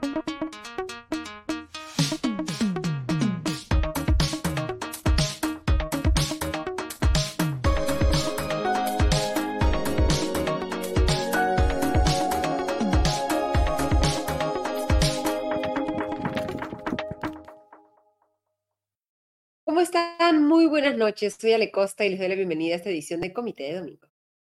¿Cómo están? Muy buenas noches. Soy Ale Costa y les doy la bienvenida a esta edición de Comité de Domingo.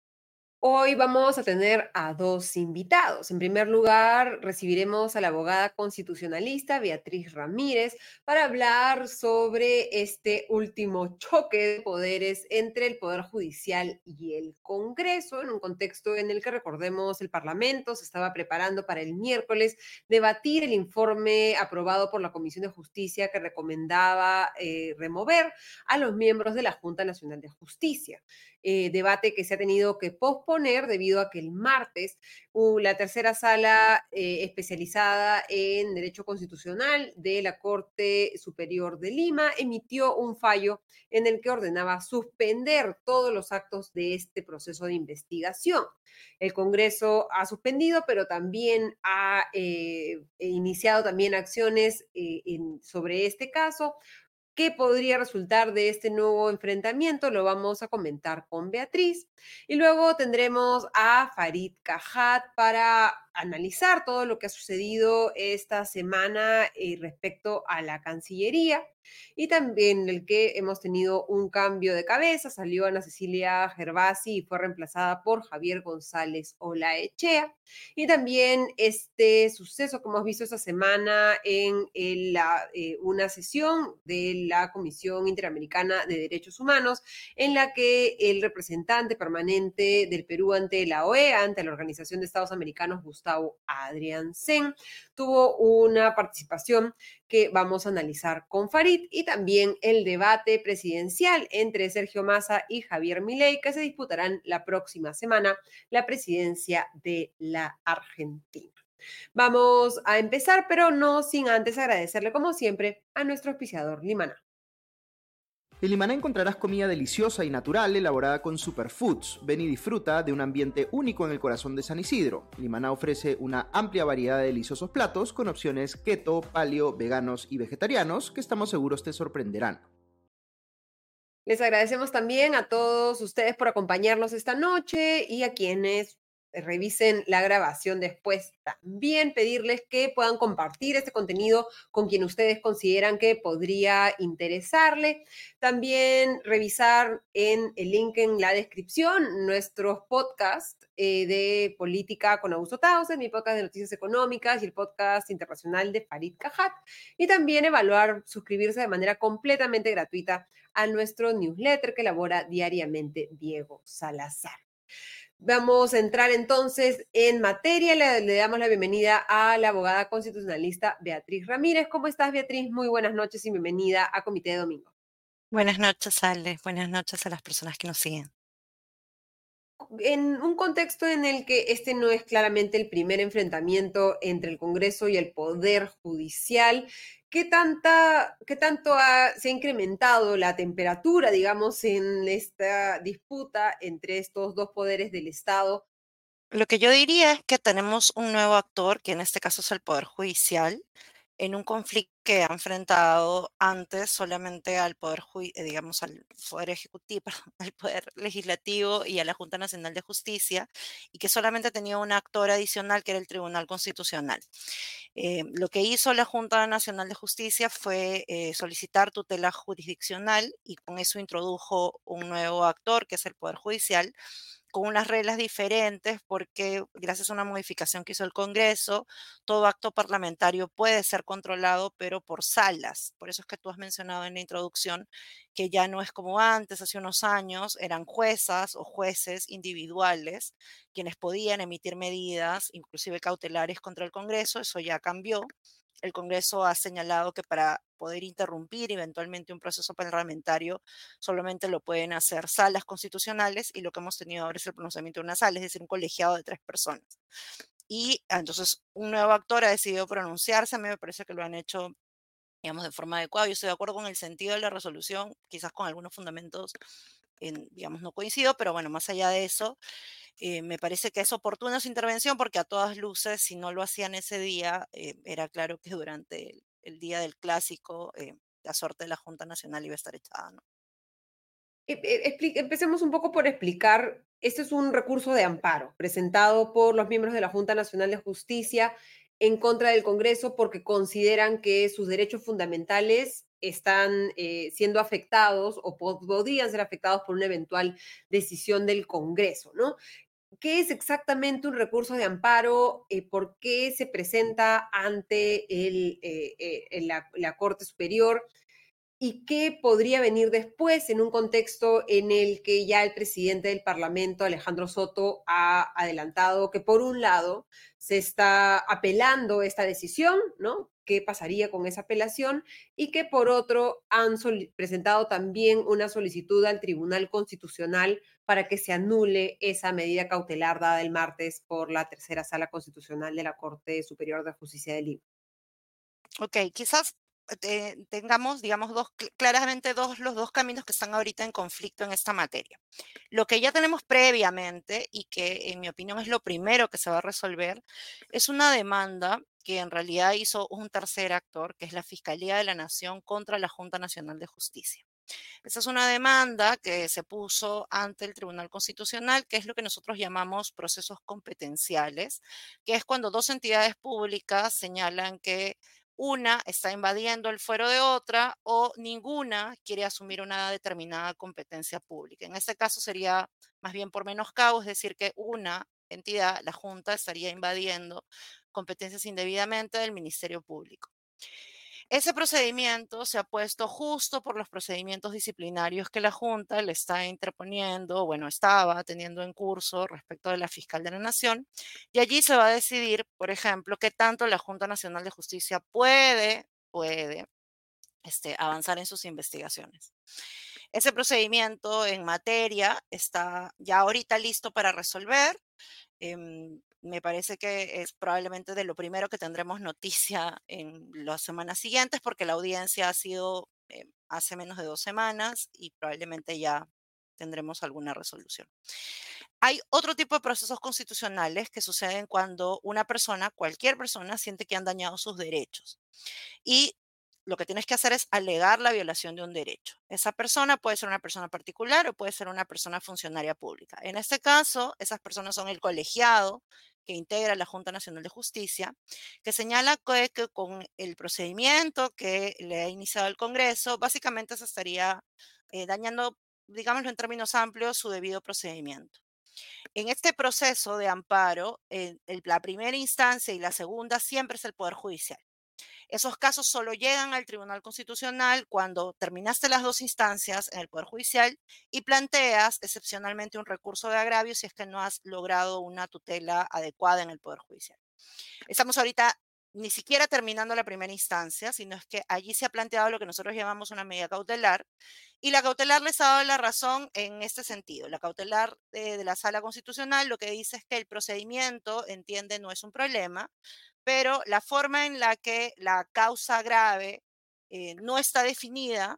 Hoy vamos a tener a dos invitados. En primer lugar, recibiremos a la abogada constitucionalista Beatriz Ramírez para hablar sobre este último choque de poderes entre el Poder Judicial y el Congreso, en un contexto en el que, recordemos, el Parlamento se estaba preparando para el miércoles debatir el informe aprobado por la Comisión de Justicia que recomendaba remover a los miembros de la Junta Nacional de Justicia. Debate que se ha tenido que posponer debido a que el martes la tercera sala especializada en Derecho Constitucional de la Corte Superior de Lima emitió un fallo en el que ordenaba suspender todos los actos de este proceso de investigación. El Congreso ha suspendido, pero también ha iniciado también acciones sobre este caso. ¿Qué podría resultar de este nuevo enfrentamiento? Lo vamos a comentar con Beatriz. Y luego tendremos a Farid Cajat para analizar todo lo que ha sucedido esta semana respecto a la Cancillería. Y también el que hemos tenido un cambio de cabeza. Salió Ana Cecilia Gervasi y fue reemplazada por Javier González Olaechea. Y también este suceso que hemos visto esta semana en una sesión de la Comisión Interamericana de Derechos Humanos, en la que el representante permanente del Perú ante la OEA, ante la Organización de Estados Americanos, Gustavo Adriansen, tuvo una participación que vamos a analizar con Farid, y también el debate presidencial entre Sergio Massa y Javier Milei, que se disputarán la próxima semana la presidencia de la Argentina. Vamos a empezar, pero no sin antes agradecerle, como siempre, a nuestro auspiciador Limaná. En Limaná encontrarás comida deliciosa y natural elaborada con superfoods. Ven y disfruta de un ambiente único en el corazón de San Isidro. Limaná ofrece una amplia variedad de deliciosos platos con opciones keto, paleo, veganos y vegetarianos que estamos seguros te sorprenderán. Les agradecemos también a todos ustedes por acompañarnos esta noche y a quienes revisen la grabación después. También pedirles que puedan compartir este contenido con quien ustedes consideran que podría interesarle. También revisar en el link en la descripción nuestros podcasts de política con Augusto Tausen, mi podcast de noticias económicas y el podcast internacional de Farid Cajat. Y también evaluar, suscribirse de manera completamente gratuita a nuestro newsletter que elabora diariamente Diego Salazar. Vamos a entrar entonces en materia. Le damos la bienvenida a la abogada constitucionalista Beatriz Ramírez. ¿Cómo estás, Beatriz? Muy buenas noches y bienvenida a Comité de Domingo. Buenas noches, Ale. Buenas noches a las personas que nos siguen. En un contexto en el que este no es claramente el primer enfrentamiento entre el Congreso y el Poder Judicial, ¿qué tanto se ha incrementado la temperatura, digamos, en esta disputa entre estos dos poderes del Estado? Lo que yo diría es que tenemos un nuevo actor, que en este caso es el Poder Judicial, en un conflicto que ha enfrentado antes solamente al digamos, al Poder Ejecutivo, perdón, al Poder Legislativo y a la Junta Nacional de Justicia, y que solamente tenía un actor adicional que era el Tribunal Constitucional. Lo que hizo la Junta Nacional de Justicia fue solicitar tutela jurisdiccional y con eso introdujo un nuevo actor, que es el Poder Judicial, con unas reglas diferentes porque gracias a una modificación que hizo el Congreso, todo acto parlamentario puede ser controlado, pero por salas. Por eso es que tú has mencionado en la introducción que ya no es como antes, hace unos años, eran juezas o jueces individuales quienes podían emitir medidas, inclusive cautelares contra el Congreso. Eso ya cambió. El Congreso ha señalado que para poder interrumpir eventualmente un proceso parlamentario solamente lo pueden hacer salas constitucionales, y lo que hemos tenido ahora es el pronunciamiento de una sala, es decir, un colegiado de 3 personas. Y entonces un nuevo actor ha decidido pronunciarse. A mí me parece que lo han hecho, digamos, de forma adecuada. Yo estoy de acuerdo con el sentido de la resolución, quizás con algunos fundamentos digamos, no coincido, pero bueno, más allá de eso, me parece que es oportuna su intervención porque a todas luces, si no lo hacían ese día, era claro que durante el día del clásico, la suerte de la Junta Nacional iba a estar echada, ¿no? Empecemos un poco por explicar, este es un recurso de amparo presentado por los miembros de la Junta Nacional de Justicia en contra del Congreso porque consideran que sus derechos fundamentales están siendo afectados o podrían ser afectados por una eventual decisión del Congreso, ¿no? ¿Qué es exactamente un recurso de amparo? ¿Por qué se presenta ante la Corte Superior? ¿Y qué podría venir después en un contexto en el que ya el presidente del Parlamento, Alejandro Soto, ha adelantado que por un lado se está apelando esta decisión, ¿no? ¿Qué pasaría con esa apelación? Y que por otro han presentado también una solicitud al Tribunal Constitucional para que se anule esa medida cautelar dada el martes por la tercera sala constitucional de la Corte Superior de Justicia de Lima. Ok, quizás tengamos, digamos, claramente los dos caminos que están ahorita en conflicto en esta materia. Lo que ya tenemos previamente y que en mi opinión es lo primero que se va a resolver es una demanda que en realidad hizo un tercer actor, que es la Fiscalía de la Nación contra la Junta Nacional de Justicia. Esa es una demanda que se puso ante el Tribunal Constitucional, que es lo que nosotros llamamos procesos competenciales, que es cuando dos entidades públicas señalan que una está invadiendo el fuero de otra o ninguna quiere asumir una determinada competencia pública. En este caso sería más bien por menoscabo, es decir, que una entidad, la Junta, estaría invadiendo competencias indebidamente del Ministerio Público. Ese procedimiento se ha puesto justo por los procedimientos disciplinarios que la Junta le está interponiendo, bueno, estaba teniendo en curso respecto de la fiscal de la Nación, y allí se va a decidir, por ejemplo, qué tanto la Junta Nacional de Justicia puede avanzar en sus investigaciones. Ese procedimiento en materia está ya ahorita listo para resolver. Me parece que es probablemente de lo primero que tendremos noticia en las semanas siguientes, porque la audiencia ha sido hace menos de 2 semanas y probablemente ya tendremos alguna resolución. Hay otro tipo de procesos constitucionales que suceden cuando una persona, cualquier persona, siente que han dañado sus derechos. Y lo que tienes que hacer es alegar la violación de un derecho. Esa persona puede ser una persona particular o puede ser una persona funcionaria pública. En este caso, esas personas son el colegiado que integra la Junta Nacional de Justicia, que señala que con el procedimiento que le ha iniciado el Congreso, básicamente se estaría dañando, digámoslo en términos amplios, su debido procedimiento. En este proceso de amparo, la primera instancia y la segunda siempre es el Poder Judicial. Esos casos solo llegan al Tribunal Constitucional cuando terminaste las dos instancias en el Poder Judicial y planteas excepcionalmente un recurso de agravio si es que no has logrado una tutela adecuada en el Poder Judicial. Estamos ahorita ni siquiera terminando la primera instancia, sino es que allí se ha planteado lo que nosotros llamamos una medida cautelar, y la cautelar les ha dado la razón en este sentido. La cautelar de la Sala Constitucional lo que dice es que el procedimiento, entiende, no es un problema, pero la forma en la que la causa grave no está definida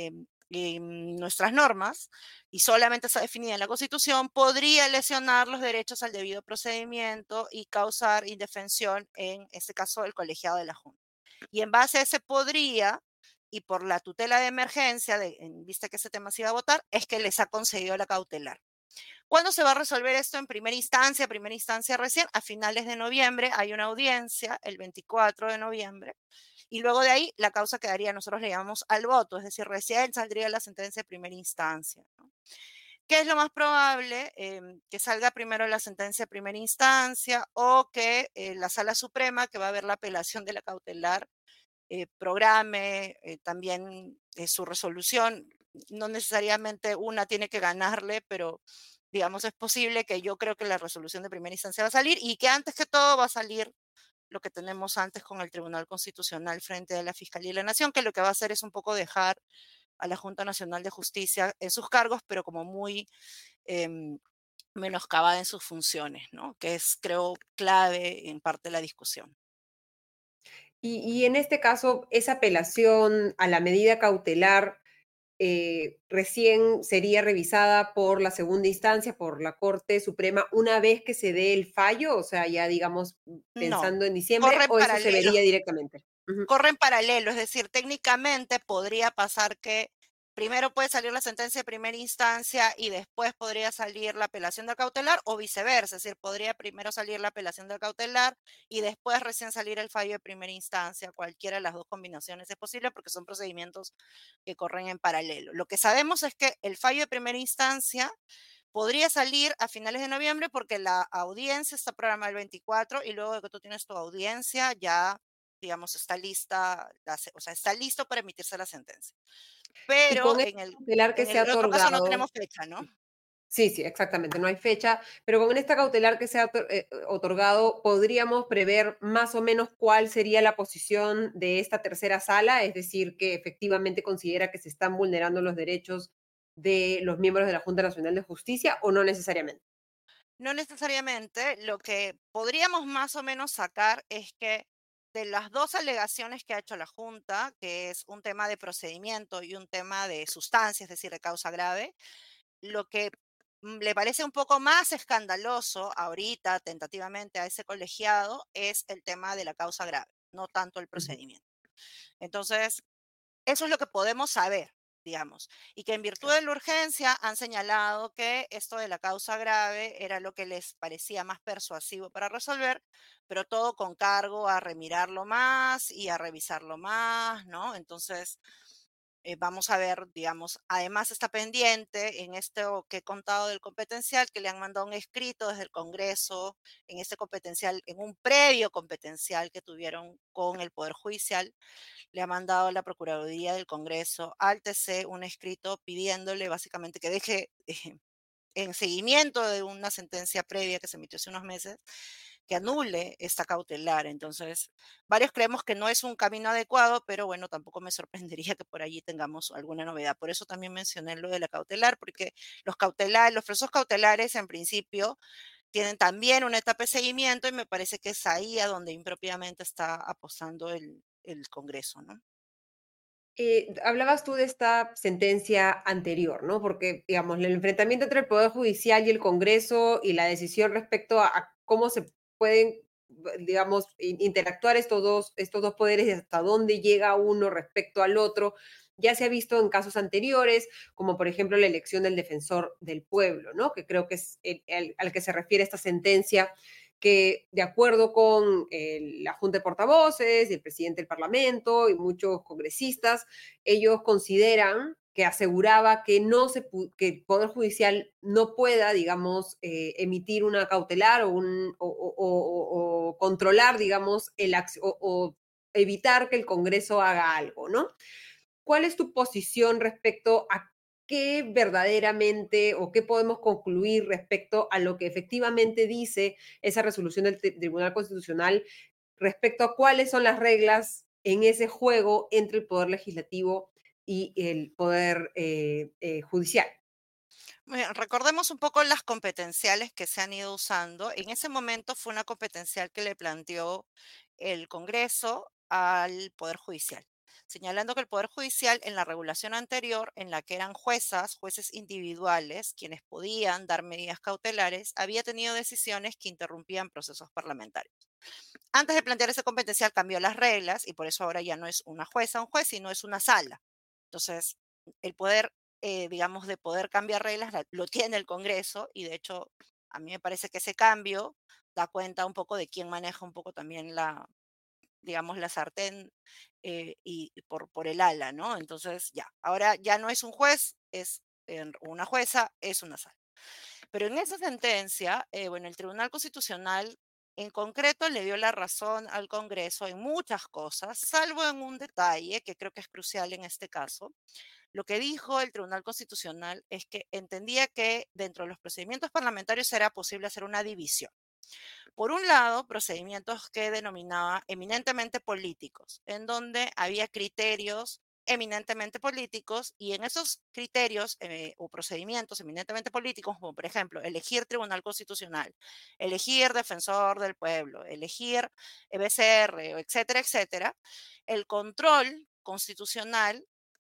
en nuestras normas y solamente está definida en la Constitución, podría lesionar los derechos al debido procedimiento y causar indefensión, en este caso, el colegiado de la Junta. Y en base a ese podría, y por la tutela de emergencia, en vista que ese tema se iba a votar, es que les ha concedido la cautelar. ¿Cuándo se va a resolver esto en primera instancia? Primera instancia recién, a finales de noviembre hay una audiencia, el 24 de noviembre, y luego de ahí la causa quedaría, nosotros le llamamos al voto, es decir, recién saldría la sentencia de primera instancia, ¿no? ¿Qué es lo más probable? Que salga primero la sentencia de primera instancia o que la Sala Suprema, que va a ver la apelación de la cautelar, programe también su resolución. No necesariamente una tiene que ganarle, pero digamos es posible que yo creo que la resolución de primera instancia va a salir y que antes que todo va a salir lo que tenemos antes con el Tribunal Constitucional frente a la Fiscalía de la Nación, que lo que va a hacer es un poco dejar a la Junta Nacional de Justicia en sus cargos, pero como muy em, menoscabada en sus funciones, ¿no? Que es, creo, clave en parte de la discusión. Y en este caso, esa apelación a la medida cautelar, recién sería revisada por la segunda instancia, por la Corte Suprema, una vez que se dé el fallo, o sea, ya digamos No, pensando en diciembre, corren o eso se paralelo. vería directamente. Ujú, Corre en paralelo, es decir, técnicamente podría pasar que primero puede salir la sentencia de primera instancia y después podría salir la apelación del cautelar o viceversa, es decir, podría primero salir la apelación del cautelar y después recién salir el fallo de primera instancia. Cualquiera de las dos combinaciones es posible porque son procedimientos que corren en paralelo. Lo que sabemos es que el fallo de primera instancia podría salir a finales de noviembre porque la audiencia está programada el 24 y luego de que tú tienes tu audiencia ya, digamos, está lista, o sea, está listo para emitirse la sentencia. y Pero con el cautelar que en se ha el otro caso no otorgado tenemos fecha, ¿no? sí, sí, exactamente, no hay fecha, pero con esta cautelar que se ha otorgado, ¿podríamos prever más o menos cuál sería la posición de esta tercera sala? Es decir, que efectivamente considera que se están vulnerando los derechos de los miembros de la Junta Nacional de Justicia o no necesariamente. No necesariamente, lo que podríamos más o menos sacar es que de las dos alegaciones que ha hecho la Junta, que es un tema de procedimiento y un tema de sustancia, es decir, de causa grave, lo que le parece un poco más escandaloso ahorita, tentativamente, a ese colegiado es el tema de la causa grave, no tanto el Ujú. procedimiento. Entonces, eso es lo que podemos saber, digamos, y que en virtud de la urgencia han señalado que esto de la causa grave era lo que les parecía más persuasivo para resolver, pero todo con cargo a remirarlo más y a revisarlo más, ¿no? Entonces, vamos a ver, digamos, además está pendiente en esto que he contado del competencial, que le han mandado un escrito desde el Congreso, en este competencial, en un previo competencial que tuvieron con el Poder Judicial, le ha mandado la Procuraduría del Congreso al TC un escrito pidiéndole básicamente que deje en seguimiento de una sentencia previa que se emitió hace unos meses, que anule esta cautelar. Entonces, varios creemos que no es un camino adecuado, pero bueno, tampoco me sorprendería que por allí tengamos alguna novedad. Por eso también mencioné lo de la cautelar, porque los procesos cautelares en principio tienen también una etapa de seguimiento y me parece que es ahí a donde impropiamente está apostando el Congreso, ¿no? Hablabas tú de esta sentencia anterior, ¿no? Porque, digamos, el enfrentamiento entre el Poder Judicial y el Congreso y la decisión respecto a cómo se pueden, digamos, interactuar estos dos poderes y hasta dónde llega uno respecto al otro, ya se ha visto en casos anteriores, como por ejemplo la elección del defensor del pueblo, ¿no? Que creo que es al que se refiere esta sentencia que de acuerdo con la Junta de Portavoces y el presidente del Parlamento y muchos congresistas, ellos consideran que aseguraba que, que el Poder Judicial no pueda, digamos, emitir una cautelar o controlar, digamos, o evitar que el Congreso haga algo, ¿no? ¿Cuál es tu posición respecto a qué verdaderamente o qué podemos concluir respecto a lo que efectivamente dice esa resolución del Tribunal Constitucional respecto a cuáles son las reglas en ese juego entre el poder legislativo y el poder judicial? Bueno, recordemos un poco las competenciales que se han ido usando. En ese momento fue una competencial que le planteó el Congreso al Poder Judicial, señalando que el Poder Judicial en la regulación anterior, en la que eran jueces individuales, quienes podían dar medidas cautelares, había tenido decisiones que interrumpían procesos parlamentarios. Antes de plantear ese competencial cambió las reglas y por eso ahora ya no es una jueza, un juez, sino es una sala. Entonces, el poder, digamos, de poder cambiar reglas lo tiene el Congreso y de hecho a mí me parece que ese cambio da cuenta un poco de quién maneja un poco también digamos, la sartén y por el ala, ¿no? Entonces, ya, ahora ya no es un juez, es una jueza, es una sala. Pero en esa sentencia, bueno, el Tribunal Constitucional en concreto le dio la razón al Congreso en muchas cosas, salvo en un detalle que creo que es crucial en este caso. Lo que dijo el Tribunal Constitucional es que entendía que dentro de los procedimientos parlamentarios era posible hacer una división. Por un lado, procedimientos que denominaba eminentemente políticos, en donde había criterios eminentemente políticos y en esos criterios o procedimientos eminentemente políticos, como por ejemplo elegir tribunal constitucional, elegir defensor del pueblo, elegir BCR, etcétera, etcétera, el control constitucional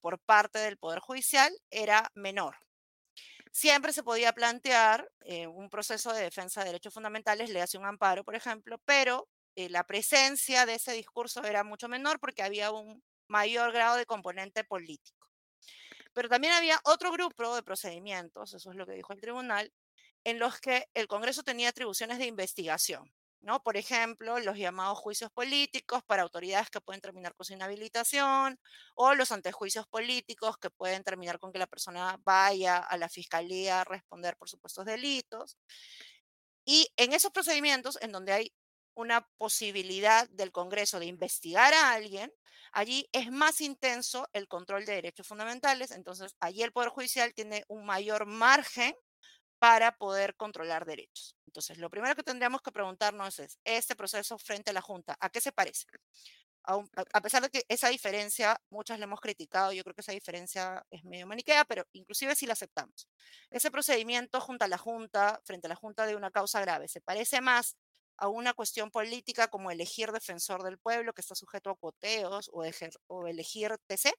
por parte del Poder Judicial era menor. Siempre se podía plantear un proceso de defensa de derechos fundamentales, le hace un amparo, por ejemplo, pero la presencia de ese discurso era mucho menor porque había un mayor grado de componente político. Pero también había otro grupo de procedimientos, eso es lo que dijo el tribunal, en los que el Congreso tenía atribuciones de investigación, ¿no? Por ejemplo, los llamados juicios políticos para autoridades que pueden terminar con su inhabilitación o los antejuicios políticos que pueden terminar con que la persona vaya a la fiscalía a responder por supuestos delitos. Y en esos procedimientos en donde hay una posibilidad del Congreso de investigar a alguien, allí es más intenso el control de derechos fundamentales, entonces allí el Poder Judicial tiene un mayor margen para poder controlar derechos. Entonces, lo primero que tendríamos que preguntarnos es, este proceso frente a la Junta, ¿a qué se parece? A pesar de que esa diferencia, muchas le hemos criticado, yo creo que esa diferencia es medio maniquea, pero inclusive si la aceptamos. Ese procedimiento junto a la Junta, frente a la Junta de una causa grave, se parece más a una cuestión política como elegir defensor del pueblo que está sujeto a cuoteos o elegir TC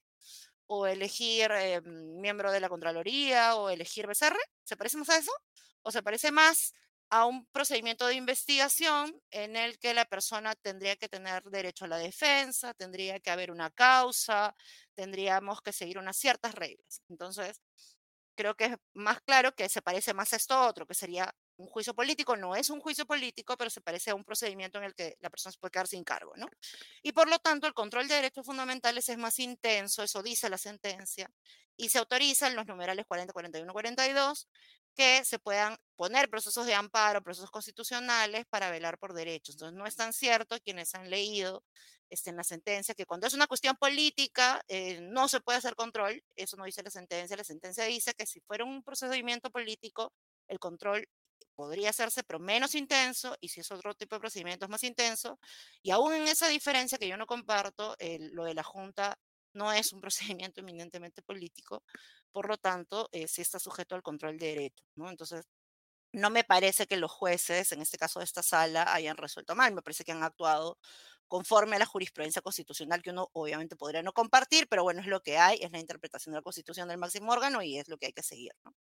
o elegir miembro de la Contraloría o elegir BCR. ¿Se parece más a eso? ¿O se parece más a un procedimiento de investigación en el que la persona tendría que tener derecho a la defensa, tendría que haber una causa, tendríamos que seguir unas ciertas reglas? Entonces, creo que es más claro que se parece más a esto otro, que sería un juicio político. No es un juicio político, pero se parece a un procedimiento en el que la persona se puede quedar sin cargo, ¿no? Y por lo tanto, el control de derechos fundamentales es más intenso, eso dice la sentencia, y se autoriza en los numerales 40, 41, 42 que se puedan poner procesos de amparo, procesos constitucionales para velar por derechos. Entonces, no es tan cierto quienes han leído en la sentencia que cuando es una cuestión política no se puede hacer control, eso no dice la sentencia dice que si fuera un procedimiento político, el control podría hacerse, pero menos intenso, y si es otro tipo de procedimiento es más intenso, y aún en esa diferencia que yo no comparto, lo de la Junta no es un procedimiento eminentemente político, por lo tanto, sí está sujeto al control de derechos, ¿no? Entonces, no me parece que los jueces, en este caso de esta sala, hayan resuelto mal. Me parece que han actuado conforme a la jurisprudencia constitucional, que uno obviamente podría no compartir, pero bueno, es lo que hay, es la interpretación de la Constitución del máximo órgano y es lo que hay que seguir, ¿no?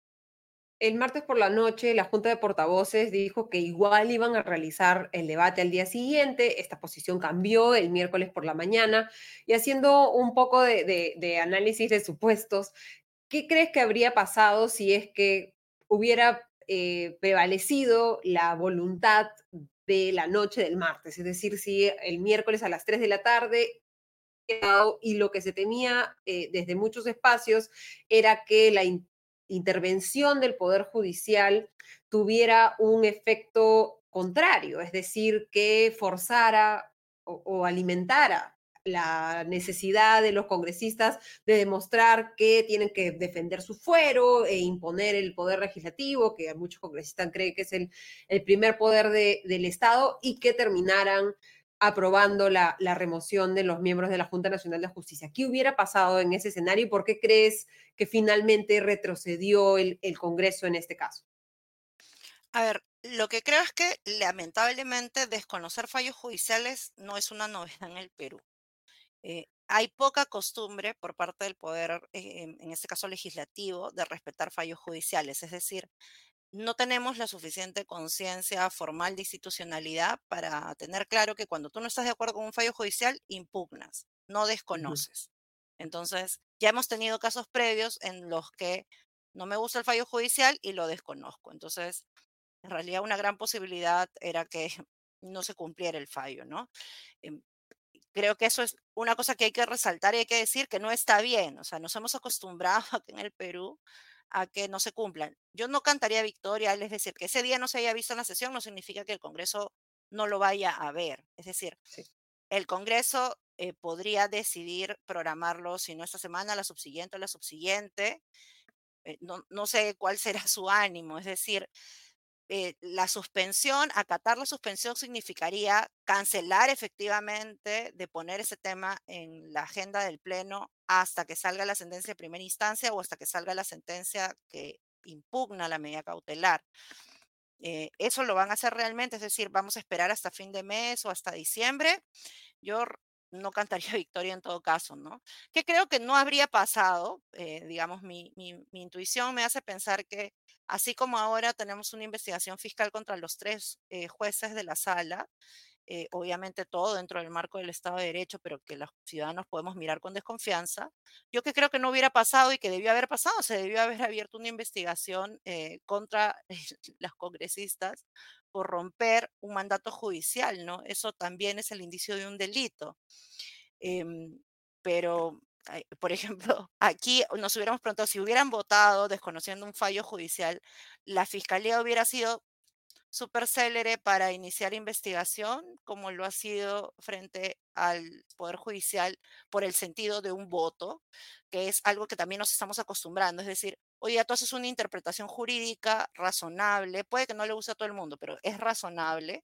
El martes por la noche, la Junta de Portavoces dijo que igual iban a realizar el debate al día siguiente. Esta posición cambió el miércoles por la mañana. Y haciendo un poco de análisis de supuestos, ¿qué crees que habría pasado si es que hubiera prevalecido la voluntad de la noche del martes? Es decir, si el miércoles a las 3 de la tarde y lo que se temía desde muchos espacios era que la intervención del Poder Judicial tuviera un efecto contrario, es decir, que forzara o alimentara la necesidad de los congresistas de demostrar que tienen que defender su fuero e imponer el poder legislativo, que muchos congresistas creen que es el primer poder del Estado, y que terminaran aprobando la remoción de los miembros de la Junta Nacional de Justicia. ¿Qué hubiera pasado en ese escenario y por qué crees que finalmente retrocedió el Congreso en este caso? A ver, lo que creo es que lamentablemente desconocer fallos judiciales no es una novedad en el Perú. Hay poca costumbre por parte del poder, en este caso legislativo, de respetar fallos judiciales. Es decir, no tenemos la suficiente conciencia formal de institucionalidad para tener claro que cuando tú no estás de acuerdo con un fallo judicial, impugnas, no Ujú. desconoces. Entonces, ya hemos tenido casos previos en los que no me gusta el fallo judicial y lo desconozco. Entonces, en realidad una gran posibilidad era que no se cumpliera el fallo, ¿no? Em, Creo que eso es una cosa que hay que resaltar y hay que decir que no está bien. O sea, nos hemos acostumbrado aquí en el Perú a que no se cumplan. Yo no cantaría victoria, es decir, que ese día no se haya visto en la sesión no significa que el Congreso no lo vaya a ver. Es decir, Sí. el Congreso podría decidir programarlo, si no esta semana, la subsiguiente o la subsiguiente. No sé cuál será su ánimo. Es decir, la suspensión, acatar la suspensión significaría cancelar efectivamente de poner ese tema en la agenda del Pleno hasta que salga la sentencia de primera instancia o hasta que salga la sentencia que impugna la medida cautelar. ¿Eso lo van a hacer realmente? Es decir, vamos a esperar hasta fin de mes o hasta diciembre. Yo no cantaría victoria en todo caso, ¿no? Que creo que no habría pasado, digamos, mi intuición me hace pensar que así como ahora tenemos una investigación fiscal contra los tres jueces de la sala, obviamente todo dentro del marco del Estado de Derecho, pero que los ciudadanos podemos mirar con desconfianza. Yo que creo que no hubiera pasado y que debió haber pasado, se debió haber abierto una investigación contra las congresistas por romper un mandato judicial, ¿no? Eso también es el indicio de un delito. Em, pero, por ejemplo, aquí nos hubiéramos preguntado si hubieran votado desconociendo un fallo judicial, la fiscalía hubiera sido súper célere para iniciar investigación, como lo ha sido frente al Poder Judicial por el sentido de un voto, que es algo que también nos estamos acostumbrando. Es decir, oye, tú haces una interpretación jurídica razonable, puede que no le guste a todo el mundo, pero es razonable.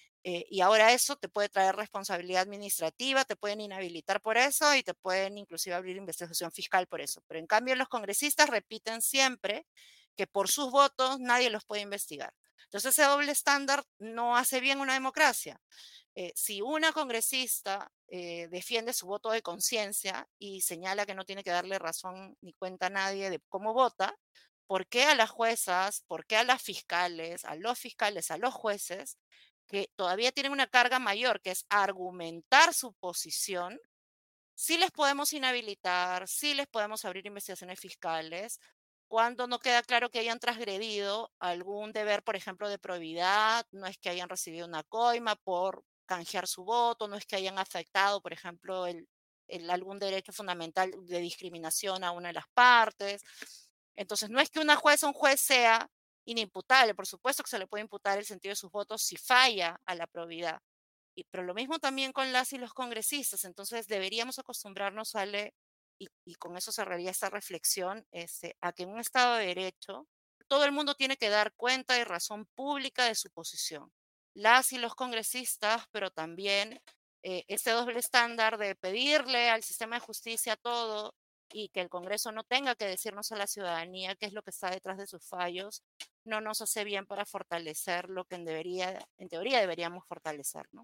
Y ahora eso te puede traer responsabilidad administrativa, te pueden inhabilitar por eso y te pueden inclusive abrir investigación fiscal por eso. Pero en cambio los congresistas repiten siempre que por sus votos nadie los puede investigar. Entonces ese doble estándar no hace bien una democracia. Si una congresista defiende su voto de conciencia y señala que no tiene que darle razón ni cuenta a nadie de cómo vota, ¿por qué a las juezas, por qué a las fiscales, a los jueces, que todavía tienen una carga mayor, que es argumentar su posición? Sí les podemos inhabilitar, sí les podemos abrir investigaciones fiscales, cuando no queda claro que hayan transgredido algún deber, por ejemplo, de probidad, no es que hayan recibido una coima por canjear su voto, no es que hayan afectado, por ejemplo, algún derecho fundamental de discriminación a una de las partes. Entonces, no es que una jueza o un juez sea inimputable, por supuesto que se le puede imputar el sentido de sus votos si falla a la probidad, pero lo mismo también con las y los congresistas. Entonces deberíamos acostumbrarnos, Ale, y con eso cerraría esta reflexión, a que en un Estado de Derecho todo el mundo tiene que dar cuenta y razón pública de su posición. Las y los congresistas, pero también este doble estándar de pedirle al sistema de justicia todo y que el Congreso no tenga que decirnos a la ciudadanía qué es lo que está detrás de sus fallos, no nos hace bien para fortalecer lo que en teoría deberíamos fortalecer, ¿no?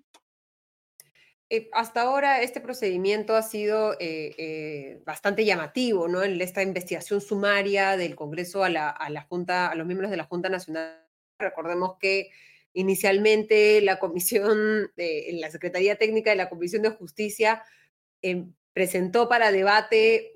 Hasta ahora este procedimiento ha sido bastante llamativo, ¿no? Esta investigación sumaria del Congreso a la Junta, a los miembros de la Junta Nacional. Recordemos que inicialmente la comisión, la Secretaría Técnica de la Comisión de Justicia presentó para debate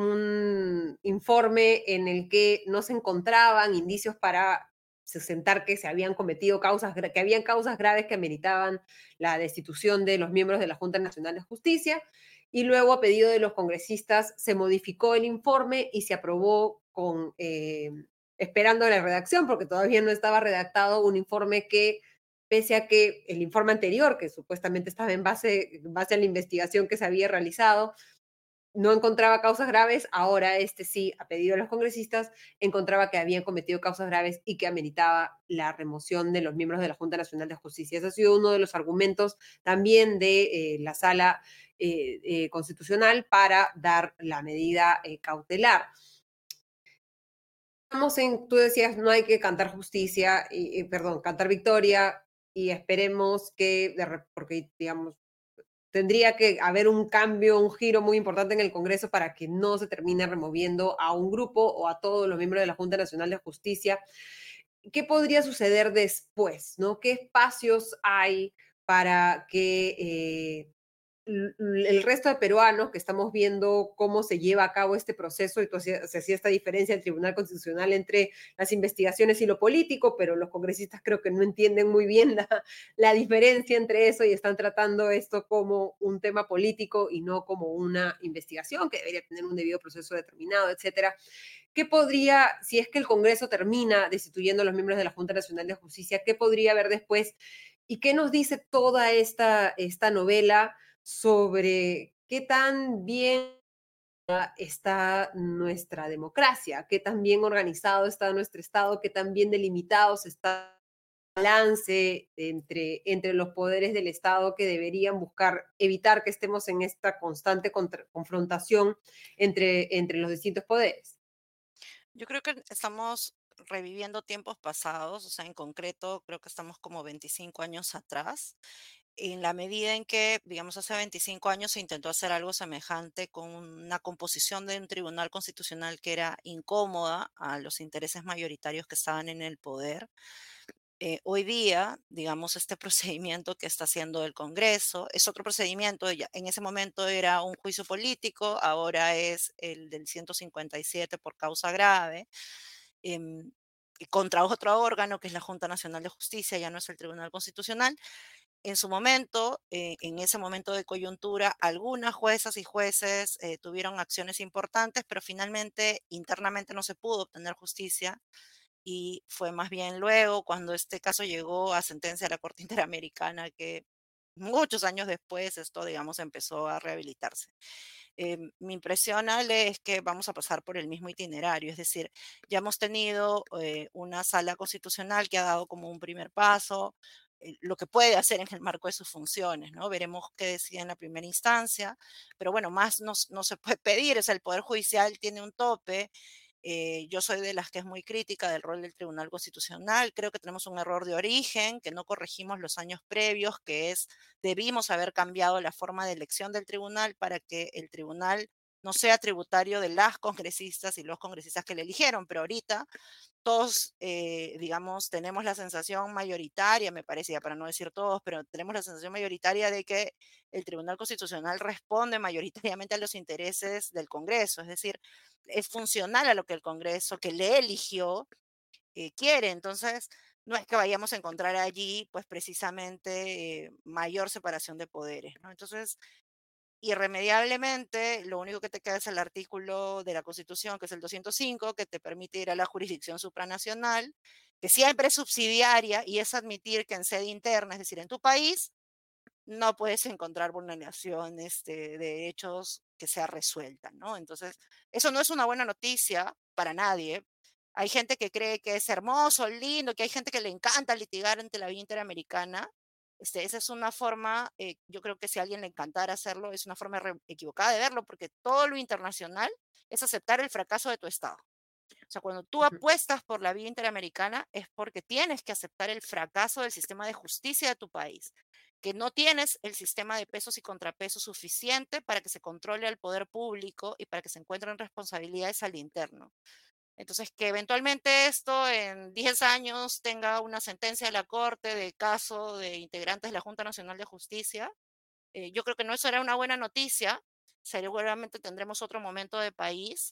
un informe en el que no se encontraban indicios para sustentar que se habían cometido que habían causas graves que ameritaban la destitución de los miembros de la Junta Nacional de Justicia, y luego a pedido de los congresistas se modificó el informe y se aprobó esperando la redacción, porque todavía no estaba redactado un informe que, pese a que el informe anterior, que supuestamente estaba en base a la investigación que se había realizado, no encontraba causas graves, ahora este sí, a pedido de los congresistas, encontraba que habían cometido causas graves y que ameritaba la remoción de los miembros de la Junta Nacional de Justicia. Ese ha sido uno de los argumentos también de la Sala Constitucional para dar la medida cautelar. Tú decías, no hay que cantar justicia, perdón, cantar victoria, y esperemos que, porque digamos, tendría que haber un cambio, un giro muy importante en el Congreso para que no se termine removiendo a un grupo o a todos los miembros de la Junta Nacional de Justicia. ¿Qué podría suceder después? ¿No? ¿Qué espacios hay para que el resto de peruanos que estamos viendo cómo se lleva a cabo este proceso, y se hacía esta diferencia del Tribunal Constitucional entre las investigaciones y lo político, pero los congresistas creo que no entienden muy bien la diferencia entre eso y están tratando esto como un tema político y no como una investigación que debería tener un debido proceso determinado, etcétera? ¿Qué podría, si es que el Congreso termina destituyendo a los miembros de la Junta Nacional de Justicia, qué podría haber después? ¿Y qué nos dice toda esta novela sobre qué tan bien está nuestra democracia, qué tan bien organizado está nuestro Estado, qué tan bien delimitados está el balance entre los poderes del Estado, que deberían buscar evitar que estemos en esta constante confrontación entre los distintos poderes? Yo creo que estamos reviviendo tiempos pasados, o sea, en concreto creo que estamos como 25 años atrás. en la medida en que, digamos, hace 25 años se intentó hacer algo semejante con una composición de un tribunal constitucional que era incómoda a los intereses mayoritarios que estaban en el poder. Hoy día, digamos, este procedimiento que está haciendo el Congreso es otro procedimiento. En ese momento era un juicio político, ahora es el del 157 por causa grave, em, y contra otro órgano que es la Junta Nacional de Justicia, ya no es el Tribunal Constitucional. En su momento, en ese momento de coyuntura, algunas juezas y jueces tuvieron acciones importantes, pero finalmente internamente no se pudo obtener justicia y fue más bien luego cuando este caso llegó a sentencia de la Corte Interamericana que muchos años después esto, digamos, empezó a rehabilitarse. Mi impresión, Ale, es que vamos a pasar por el mismo itinerario, es decir, ya hemos tenido una sala constitucional que ha dado como un primer paso, lo que puede hacer en el marco de sus funciones, ¿no? Veremos qué decide en la primera instancia, pero bueno, más no se puede pedir, es el Poder Judicial tiene un tope. Yo soy de las que es muy crítica del rol del Tribunal Constitucional. Creo que tenemos un error de origen, que no corregimos los años previos, que es, debimos haber cambiado la forma de elección del tribunal para que el tribunal no sea tributario de las congresistas y los congresistas que le eligieron, pero ahorita todos, digamos, tenemos la sensación mayoritaria, me parece, ya para no decir todos, pero tenemos la sensación mayoritaria de que el Tribunal Constitucional responde mayoritariamente a los intereses del Congreso, es decir, es funcional a lo que el Congreso que le eligió quiere. Entonces, no es que vayamos a encontrar allí, pues precisamente, mayor separación de poderes, ¿no? Entonces, irremediablemente, lo único que te queda es el artículo de la Constitución, que es el 205, que te permite ir a la jurisdicción supranacional, que siempre es subsidiaria y es admitir que en sede interna, es decir, en tu país, no puedes encontrar vulneraciones de derechos que sea resuelta, ¿no? Entonces, eso no es una buena noticia para nadie. Hay gente que cree que es hermoso, lindo, que hay gente que le encanta litigar ante la vía interamericana. Esa es una forma, yo creo que si a alguien le encantara hacerlo, es una forma equivocada de verlo, porque todo lo internacional es aceptar el fracaso de tu Estado. O sea, cuando tú Ujú. apuestas por la vía interamericana es porque tienes que aceptar el fracaso del sistema de justicia de tu país, que no tienes el sistema de pesos y contrapesos suficiente para que se controle al poder público y para que se encuentren responsabilidades al interno. Entonces, que eventualmente esto en 10 años tenga una sentencia de la Corte de caso de integrantes de la Junta Nacional de Justicia, yo creo que no será una buena noticia. Seguramente tendremos otro momento de país.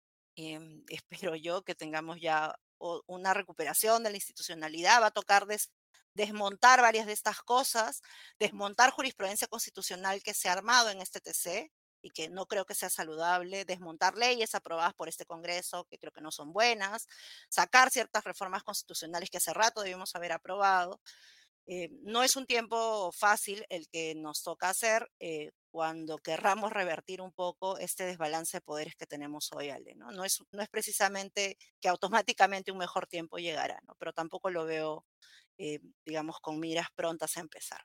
Espero yo que tengamos ya una recuperación de la institucionalidad. Va a tocar desmontar varias de estas cosas, desmontar jurisprudencia constitucional que se ha armado en este TC y que no creo que sea saludable, desmontar leyes aprobadas por este Congreso que creo que no son buenas, sacar ciertas reformas constitucionales que hace rato debimos haber aprobado. No es un tiempo fácil el que nos toca hacer cuando querramos revertir un poco este desbalance de poderes que tenemos hoy, Ale, ¿no? No es precisamente que automáticamente un mejor tiempo llegará, ¿no? Pero tampoco lo veo, digamos, con miras prontas a empezar.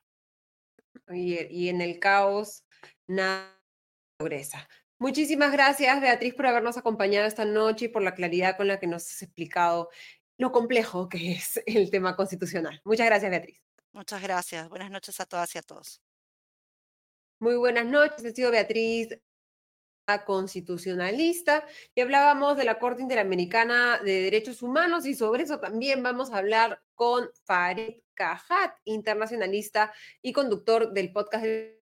Y en el caos, nada progresa. Muchísimas gracias, Beatriz, por habernos acompañado esta noche y por la claridad con la que nos has explicado lo complejo que es el tema constitucional. Muchas gracias, Beatriz. Muchas gracias. Buenas noches a todas y a todos. Muy buenas noches, he sido Beatriz, la constitucionalista, y hablábamos de la Corte Interamericana de Derechos Humanos y sobre eso también vamos a hablar con Farid Cajat, internacionalista y conductor del podcast de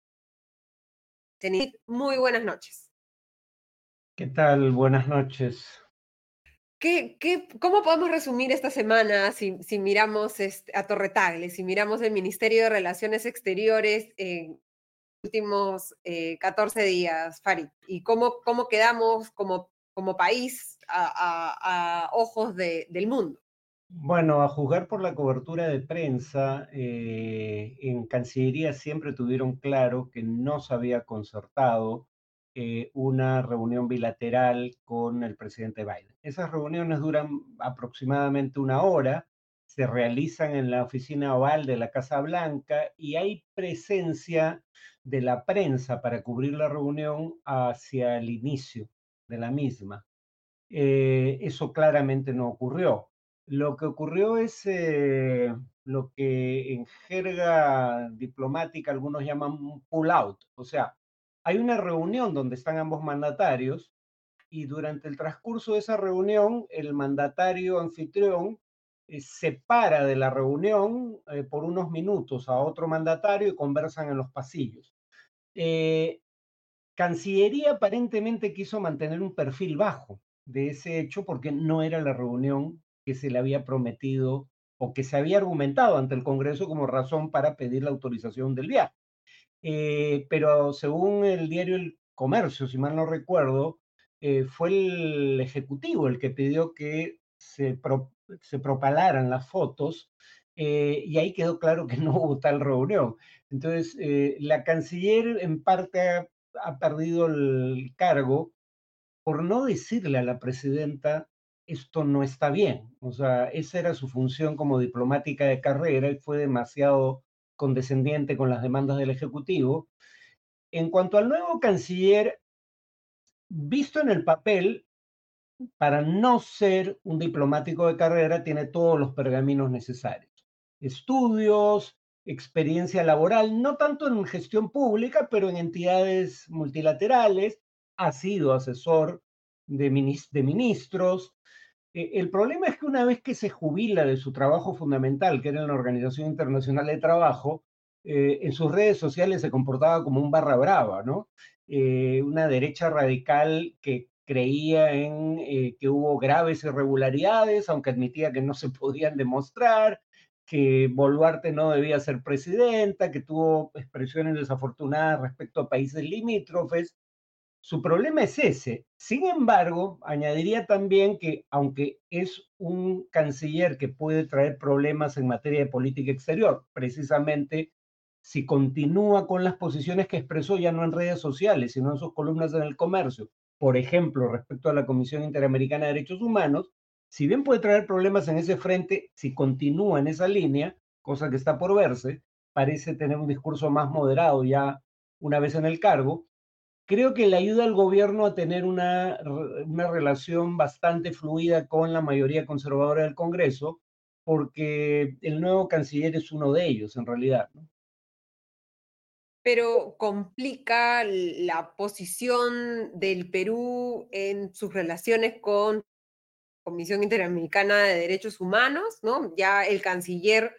TENIT. Muy buenas noches. ¿Qué tal? Buenas noches. ¿Cómo podemos resumir esta semana si miramos a Torre Tagle, si miramos el Ministerio de Relaciones Exteriores en últimos 14 días, Farid? ¿Y cómo quedamos como país a ojos del mundo? Bueno, a juzgar por la cobertura de prensa, en Cancillería siempre tuvieron claro que no se había concertado una reunión bilateral con el presidente Biden. Esas reuniones duran aproximadamente una hora, se realizan en la oficina oval de la Casa Blanca y hay presencia de la prensa para cubrir la reunión hacia el inicio de la misma. Eso claramente no ocurrió. Lo que ocurrió es lo que en jerga diplomática algunos llaman un pull out. O sea, hay una reunión donde están ambos mandatarios y durante el transcurso de esa reunión, el mandatario anfitrión separa de la reunión por unos minutos a otro mandatario y conversan en los pasillos. Eh, Cancillería aparentemente quiso mantener un perfil bajo de ese hecho porque no era la reunión que se le había prometido o que se había argumentado ante el Congreso como razón para pedir la autorización del viaje. Pero según el diario El Comercio, si mal no recuerdo, fue el Ejecutivo el que pidió que se propalaran las fotos y ahí quedó claro que no hubo tal reunión. Entonces, la canciller en parte ha perdido el cargo por no decirle a la presidenta esto no está bien. O sea, esa era su función como diplomática de carrera y fue demasiado condescendiente con las demandas del Ejecutivo. En cuanto al nuevo canciller, visto en el papel, para no ser un diplomático de carrera, tiene todos los pergaminos necesarios. Estudios, experiencia laboral, no tanto en gestión pública, pero en entidades multilaterales, ha sido asesor de ministros. El problema es que una vez que se jubila de su trabajo fundamental, que era en la Organización Internacional de Trabajo, en sus redes sociales se comportaba como un barra brava, ¿no? Una derecha radical que creía en que hubo graves irregularidades, aunque admitía que no se podían demostrar, que Boluarte no debía ser presidenta, que tuvo expresiones desafortunadas respecto a países limítrofes. Su problema es ese. Sin embargo, añadiría también que aunque es un canciller que puede traer problemas en materia de política exterior, precisamente si continúa con las posiciones que expresó ya no en redes sociales, sino en sus columnas en El Comercio, por ejemplo, respecto a la Comisión Interamericana de Derechos Humanos, si bien puede traer problemas en ese frente, si continúa en esa línea, cosa que está por verse, parece tener un discurso más moderado ya una vez en el cargo. Creo que le ayuda al gobierno a tener una relación bastante fluida con la mayoría conservadora del Congreso, porque el nuevo canciller es uno de ellos, en realidad, ¿no? Pero complica la posición del Perú en sus relaciones con la Comisión Interamericana de Derechos Humanos, ¿no? Ya el canciller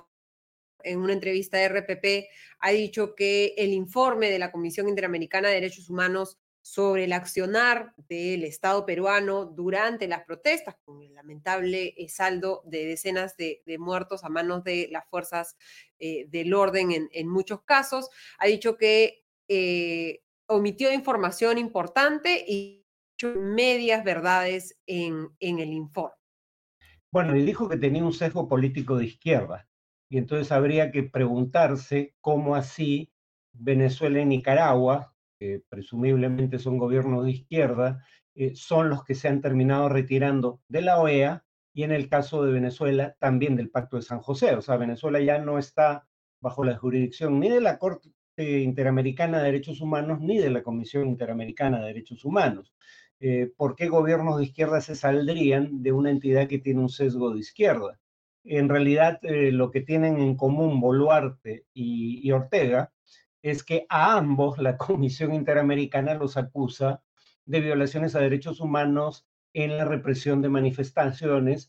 en una entrevista de RPP ha dicho que el informe de la Comisión Interamericana de Derechos Humanos sobre el accionar del Estado peruano durante las protestas, con el lamentable saldo de decenas de muertos a manos de las fuerzas del orden en muchos casos, ha dicho que omitió información importante y medias verdades en el informe. Bueno, y dijo que tenía un sesgo político de izquierda, y entonces habría que preguntarse cómo así Venezuela y Nicaragua, que presumiblemente son gobiernos de izquierda, son los que se han terminado retirando de la OEA y en el caso de Venezuela también del Pacto de San José. O sea, Venezuela ya no está bajo la jurisdicción ni de la Corte Interamericana de Derechos Humanos ni de la Comisión Interamericana de Derechos Humanos. ¿Por qué gobiernos de izquierda se saldrían de una entidad que tiene un sesgo de izquierda? En realidad, lo que tienen en común Boluarte y Ortega es que a ambos la Comisión Interamericana los acusa de violaciones a derechos humanos en la represión de manifestaciones,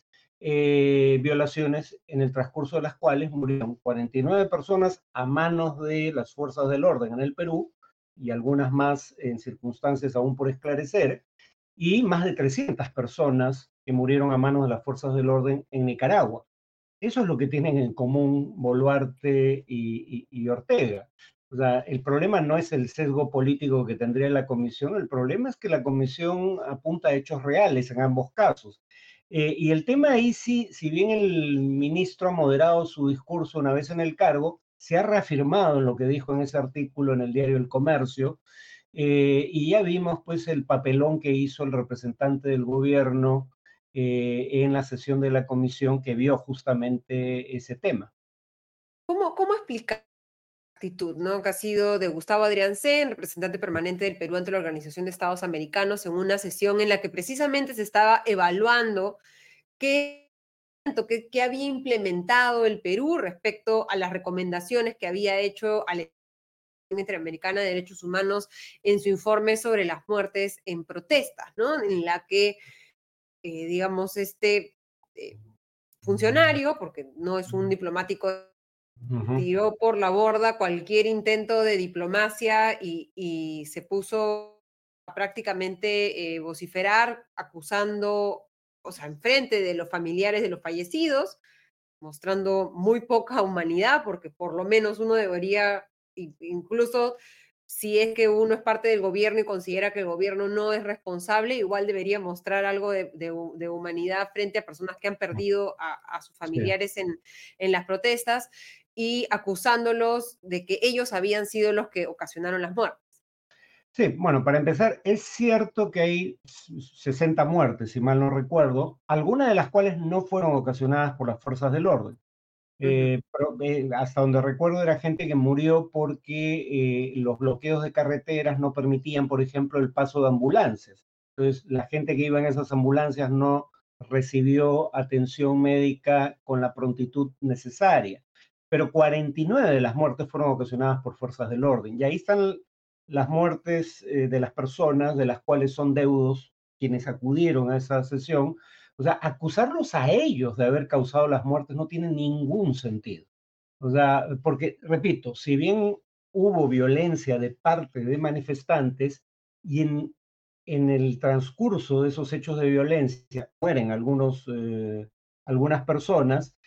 violaciones en el transcurso de las cuales murieron 49 personas a manos de las fuerzas del orden en el Perú y algunas más en circunstancias aún por esclarecer, y más de 300 personas que murieron a manos de las fuerzas del orden en Nicaragua. Eso es lo que tienen en común Boluarte y Ortega. O sea, el problema no es el sesgo político que tendría la comisión, el problema es que la comisión apunta a hechos reales en ambos casos. Y el tema ahí sí, si bien el ministro ha moderado su discurso una vez en el cargo, se ha reafirmado en lo que dijo en ese artículo en el diario El Comercio, y ya vimos pues el papelón que hizo el representante del gobierno en la sesión de la comisión que vio justamente ese tema. ¿Cómo explicar la actitud, ¿no? Que ha sido de Gustavo Adrián Sen, representante permanente del Perú ante la Organización de Estados Americanos, en una sesión en la que precisamente se estaba evaluando qué que había implementado el Perú respecto a las recomendaciones que había hecho a la Interamericana de Derechos Humanos en su informe sobre las muertes en protestas, ¿no? En la que, digamos, este funcionario, porque no es un diplomático, tiró por la borda cualquier intento de diplomacia y se puso a prácticamente vociferar, acusando, o sea, enfrente de los familiares de los fallecidos, mostrando muy poca humanidad, porque por lo menos uno debería, incluso si es que uno es parte del gobierno y considera que el gobierno no es responsable, igual debería mostrar algo de humanidad frente a personas que han perdido a sus Sí. familiares en las protestas y acusándolos de que ellos habían sido los que ocasionaron las muertes. Sí, bueno, para empezar, es cierto que hay 60 muertes, si mal no recuerdo, algunas de las cuales no fueron ocasionadas por las fuerzas del orden. Pero, hasta donde recuerdo era gente que murió porque los bloqueos de carreteras no permitían, por ejemplo, el paso de ambulancias. Entonces, la gente que iba en esas ambulancias no recibió atención médica con la prontitud necesaria. Pero 49 de las muertes fueron ocasionadas por fuerzas del orden. Y ahí están las muertes de las personas de las cuales son deudos quienes acudieron a esa sesión. O sea, acusarlos a ellos de haber causado las muertes no tiene ningún sentido. O sea, porque, repito, si bien hubo violencia de parte de manifestantes y en el transcurso de esos hechos de violencia mueren algunas personas,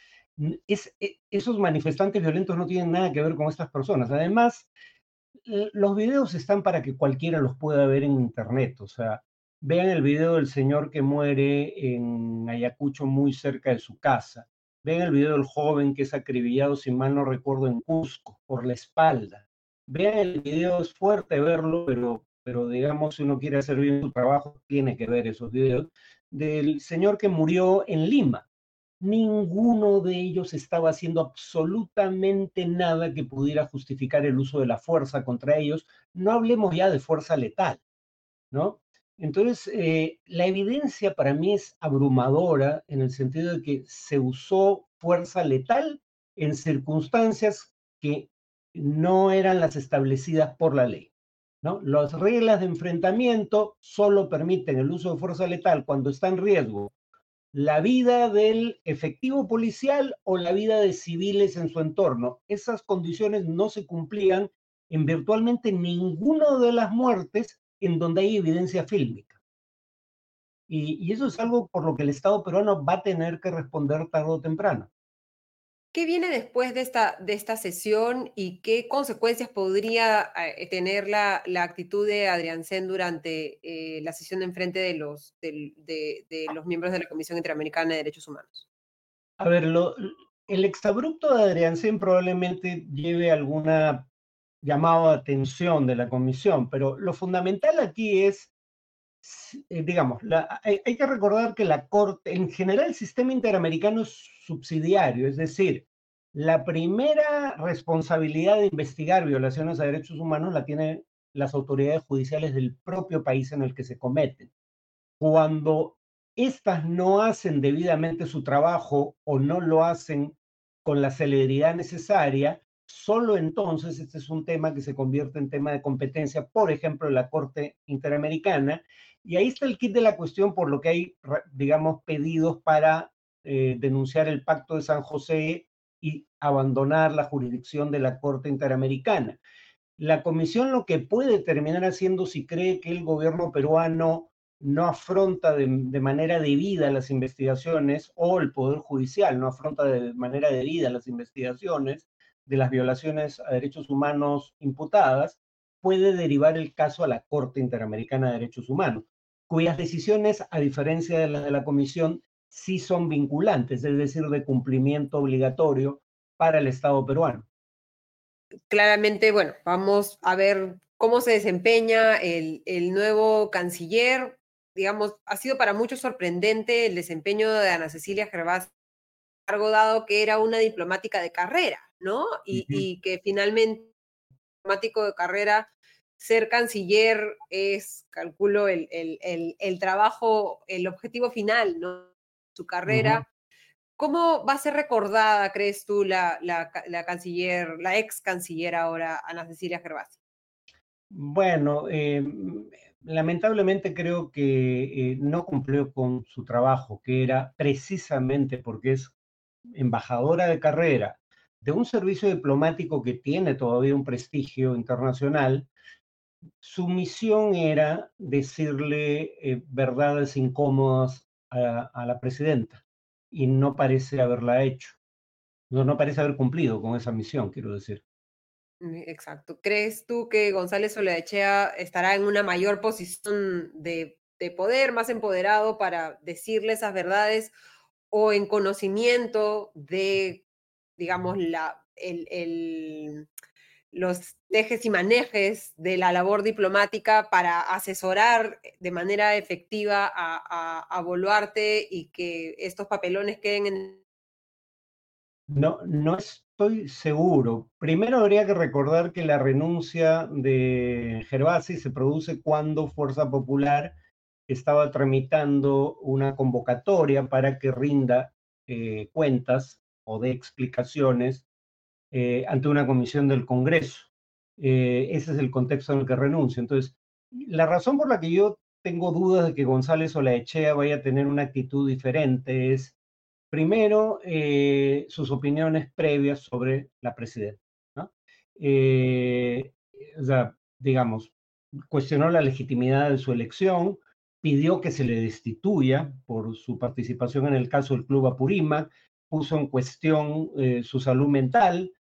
esos manifestantes violentos no tienen nada que ver con estas personas. Además, los videos están para que cualquiera los pueda ver en internet. O sea, vean el video del señor que muere en Ayacucho, muy cerca de su casa. Vean el video del joven que es acribillado, si mal no recuerdo, en Cusco, por la espalda. Vean el video, es fuerte verlo, pero digamos, si uno quiere hacer bien su trabajo, tiene que ver esos videos. Del señor que murió en Lima. Ninguno de ellos estaba haciendo absolutamente nada que pudiera justificar el uso de la fuerza contra ellos. No hablemos ya de fuerza letal, ¿no? Entonces, la evidencia para mí es abrumadora en el sentido de que se usó fuerza letal en circunstancias que no eran las establecidas por la ley, ¿no? Las reglas de enfrentamiento solo permiten el uso de fuerza letal cuando está en riesgo la vida del efectivo policial o la vida de civiles en su entorno. Esas condiciones no se cumplían en virtualmente ninguna de las muertes en donde hay evidencia fílmica. Y eso es algo por lo que el Estado peruano va a tener que responder tarde o temprano. ¿Qué viene después de esta sesión y qué consecuencias podría tener la actitud de Adrián Sen durante la sesión en frente de los miembros de la Comisión Interamericana de Derechos Humanos? A ver, el exabrupto de Adrián Sen probablemente lleve alguna llamada de atención de la comisión, pero lo fundamental aquí es digamos, hay que recordar que la Corte, en general el sistema interamericano es subsidiario, es decir, la primera responsabilidad de investigar violaciones a derechos humanos la tienen las autoridades judiciales del propio país en el que se cometen. Cuando éstas no hacen debidamente su trabajo o no lo hacen con la celeridad necesaria, solo entonces este es un tema que se convierte en tema de competencia, por ejemplo, en la Corte Interamericana, y ahí está el kit de la cuestión por lo que hay, digamos, pedidos para denunciar el Pacto de San José y abandonar la jurisdicción de la Corte Interamericana. La comisión lo que puede terminar haciendo si cree que el gobierno peruano no afronta de manera debida las investigaciones o el Poder Judicial no afronta de manera debida las investigaciones de las violaciones a derechos humanos imputadas, puede derivar el caso a la Corte Interamericana de Derechos Humanos, cuyas decisiones, a diferencia de las de la Comisión, sí son vinculantes, es decir, de cumplimiento obligatorio para el Estado peruano. Claramente, bueno, vamos a ver cómo se desempeña el nuevo canciller. Digamos, ha sido para muchos sorprendente el desempeño de Ana Cecilia Gervás, cargo dado que era una diplomática de carrera, ¿no? Y que finalmente, diplomático de carrera, ser canciller es, calculo, el trabajo, el objetivo final, ¿no? Su Uh -huh. carrera. ¿Cómo va a ser recordada, crees tú, la canciller, la ex canciller ahora, Ana Cecilia Gervasi? Bueno, lamentablemente creo que no cumplió con su trabajo, que era precisamente porque es embajadora de carrera de un servicio diplomático que tiene todavía un prestigio internacional. Su misión era decirle verdades incómodas a la presidenta y no parece haberla hecho. No, no parece haber cumplido con esa misión, quiero decir. Exacto. ¿Crees tú que González Olaechea estará en una mayor posición de poder, más empoderado para decirle esas verdades o en conocimiento de, digamos, los tejes y manejes de la labor diplomática para asesorar de manera efectiva a Boluarte y que estos papelones queden en... No, no estoy seguro. Primero habría que recordar que la renuncia de Gervasi se produce cuando Fuerza Popular estaba tramitando una convocatoria para que rinda cuentas o de explicaciones ante una comisión del Congreso. Ese es el contexto en el que renuncia. Entonces, la razón por la que yo tengo dudas de que González Olaechea vaya a tener una actitud diferente es, primero, sus opiniones previas sobre la presidenta, ¿no? Eh, o sea, digamos, cuestionó la legitimidad de su elección, pidió que se le destituya por su participación en el caso del Club Apurímac, puso en cuestión su salud mental,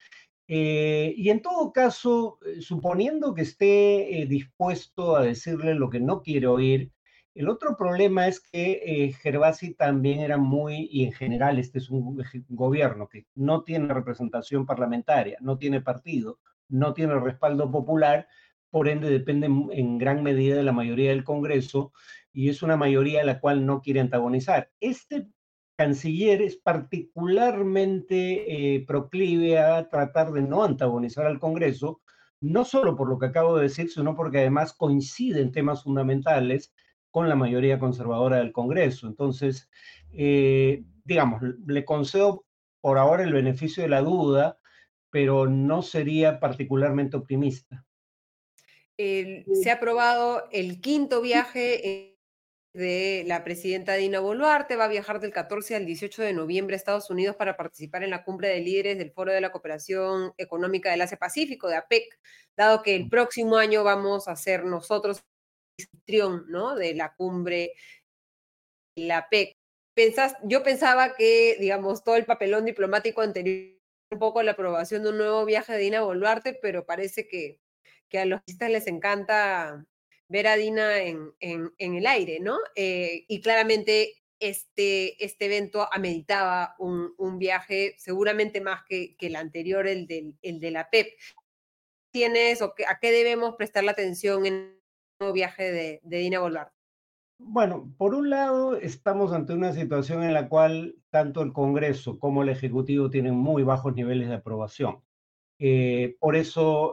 y en todo caso, suponiendo que esté dispuesto a decirle lo que no quiere oír, el otro problema es que Gervasi también era muy, y en general este es un gobierno que no tiene representación parlamentaria, no tiene partido, no tiene respaldo popular, por ende depende en gran medida de la mayoría del Congreso, y es una mayoría a la cual no quiere antagonizar. Este canciller es particularmente proclive a tratar de no antagonizar al Congreso, no solo por lo que acabo de decir, sino porque además coincide en temas fundamentales con la mayoría conservadora del Congreso. Entonces, digamos, le concedo por ahora el beneficio de la duda, pero no sería particularmente optimista. Se ha aprobado el quinto viaje de la presidenta Dina Boluarte. Va a viajar del 14 al 18 de noviembre a Estados Unidos para participar en la cumbre de líderes del Foro de la Cooperación Económica del Asia-Pacífico, de APEC, dado que el próximo año vamos a ser nosotros anfitrión, ¿no?, de la cumbre de la APEC. Yo pensaba que, digamos, todo el papelón diplomático anterior, un poco la aprobación de un nuevo viaje de Dina Boluarte, pero parece que a los artistas les encanta ver a Dina en el aire, ¿no? Y claramente este evento ameritaba un viaje seguramente más que el anterior, el de la PEP. ¿Tienes o a qué debemos prestar la atención en el nuevo viaje de Dina Boluarte? Bueno, por un lado, estamos ante una situación en la cual tanto el Congreso como el Ejecutivo tienen muy bajos niveles de aprobación. Por eso,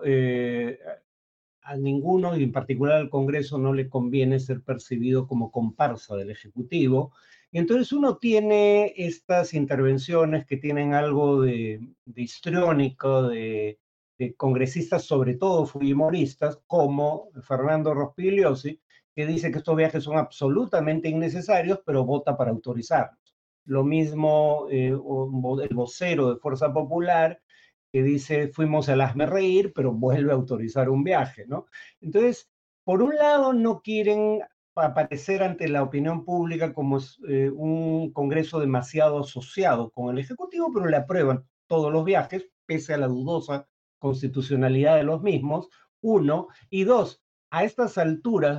a ninguno, y en particular al Congreso, no le conviene ser percibido como comparsa del Ejecutivo. Y entonces uno tiene estas intervenciones que tienen algo de histriónico, de congresistas, sobre todo fujimoristas, como Fernando Rospigliosi, que dice que estos viajes son absolutamente innecesarios, pero vota para autorizarlos. Lo mismo el vocero de Fuerza Popular, que dice fuimos al hazmerreír, pero vuelve a autorizar un viaje, ¿no? Entonces, por un lado, no quieren aparecer ante la opinión pública como un Congreso demasiado asociado con el Ejecutivo, pero le aprueban todos los viajes, pese a la dudosa constitucionalidad de los mismos, uno, y dos, a estas alturas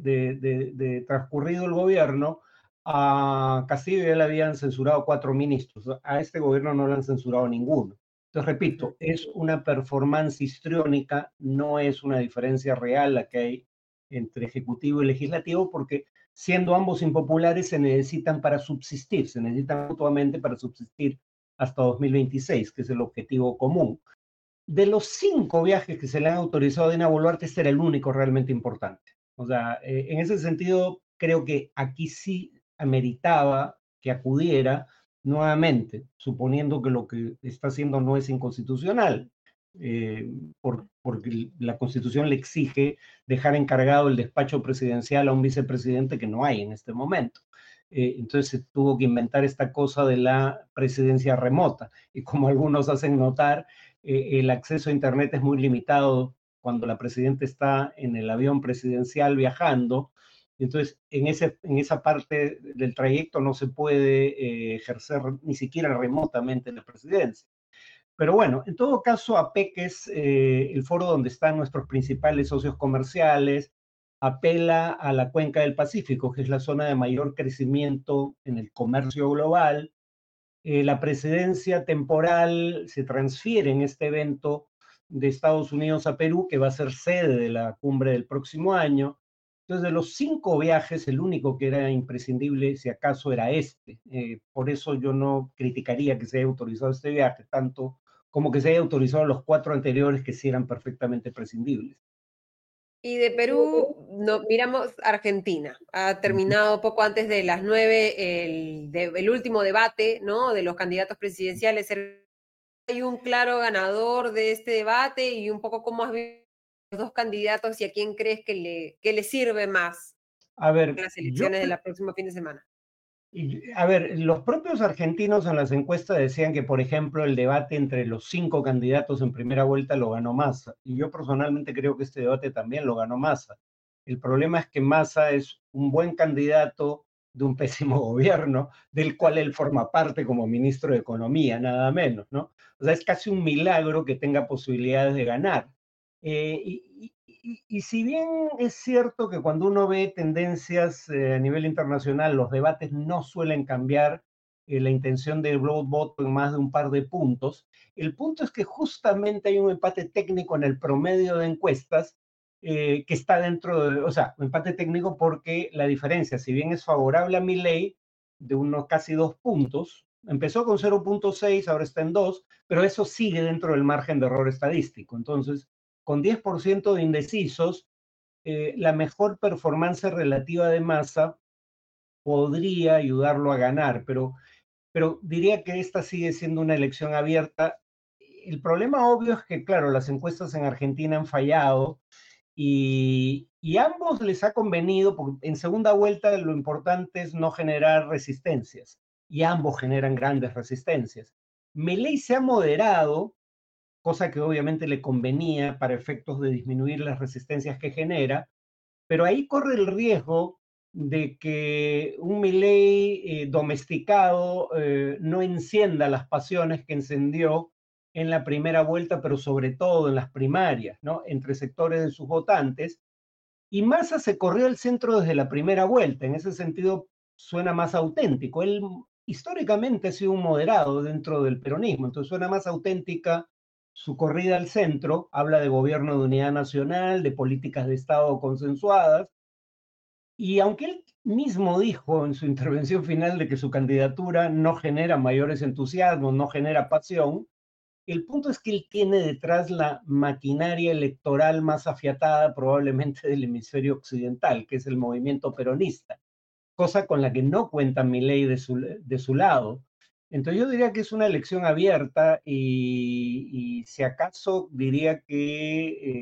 de transcurrido el gobierno, a Castillo ya le habían censurado 4 ministros, a este gobierno no le han censurado ninguno. Entonces, repito, es una performance histriónica, no es una diferencia real la que hay entre ejecutivo y legislativo, porque siendo ambos impopulares se necesitan para subsistir, se necesitan mutuamente para subsistir hasta 2026, que es el objetivo común. De los 5 viajes que se le han autorizado a Dina Boluarte, este era el único realmente importante. O sea, en ese sentido, creo que aquí sí ameritaba que acudiera, nuevamente, suponiendo que lo que está haciendo no es inconstitucional, eh, porque la Constitución le exige dejar encargado el despacho presidencial a un vicepresidente que no hay en este momento. Entonces se tuvo que inventar esta cosa de la presidencia remota. Y como algunos hacen notar, el acceso a Internet es muy limitado cuando la presidenta está en el avión presidencial viajando. Entonces, en esa parte del trayecto no se puede ejercer ni siquiera remotamente la presidencia. Pero bueno, en todo caso, APEC es el foro donde están nuestros principales socios comerciales, apela a la cuenca del Pacífico, que es la zona de mayor crecimiento en el comercio global. La presidencia temporal se transfiere en este evento de Estados Unidos a Perú, que va a ser sede de la cumbre del próximo año. Entonces, de los 5 viajes, el único que era imprescindible, si acaso, era este. Por eso yo no criticaría que se haya autorizado este viaje, tanto como que se haya autorizado los 4 anteriores que sí eran perfectamente prescindibles. Y de Perú, no, miramos Argentina. Ha terminado poco antes de las 9 el último debate, ¿no? De los candidatos presidenciales. Hay un claro ganador de este debate y un poco cómo has visto los dos candidatos y a quién crees que le sirve más A ver, en las yo elecciones del próximo fin de semana. A ver, los propios argentinos en las encuestas decían que, por ejemplo, el debate entre los 5 candidatos en primera vuelta lo ganó Massa. Y yo personalmente creo que este debate también lo ganó Massa. El problema es que Massa es un buen candidato de un pésimo gobierno, del cual él forma parte como ministro de Economía, nada menos, ¿no? O sea, es casi un milagro que tenga posibilidades de ganar. Y si bien es cierto que cuando uno ve tendencias a nivel internacional, los debates no suelen cambiar la intención del voto en más de un par de puntos, el punto es que justamente hay un empate técnico en el promedio de encuestas que está dentro de, o sea, un empate técnico porque la diferencia, si bien es favorable a Milei, de unos casi 2 puntos, empezó con 0,6, ahora está en 2, pero eso sigue dentro del margen de error estadístico. Entonces, con 10% de indecisos, la mejor performance relativa de Massa podría ayudarlo a ganar, pero diría que esta sigue siendo una elección abierta. El problema obvio es que, claro, las encuestas en Argentina han fallado y ambos les ha convenido, porque en segunda vuelta lo importante es no generar resistencias, y ambos generan grandes resistencias. Milei se ha moderado, cosa que obviamente le convenía para efectos de disminuir las resistencias que genera, pero ahí corre el riesgo de que un Milei domesticado no encienda las pasiones que encendió en la primera vuelta, pero sobre todo en las primarias, ¿no? Entre sectores de sus votantes. Y Massa se corrió al centro desde la primera vuelta. En ese sentido, suena más auténtico. Él históricamente ha sido un moderado dentro del peronismo, entonces suena más auténtica su corrida al centro. Habla de gobierno de unidad nacional, de políticas de Estado consensuadas. Y aunque él mismo dijo en su intervención final de que su candidatura no genera mayores entusiasmos, no genera pasión, el punto es que él tiene detrás la maquinaria electoral más afiatada probablemente del hemisferio occidental, que es el movimiento peronista, cosa con la que no cuenta Milei de su lado. Entonces yo diría que es una elección abierta y si acaso diría que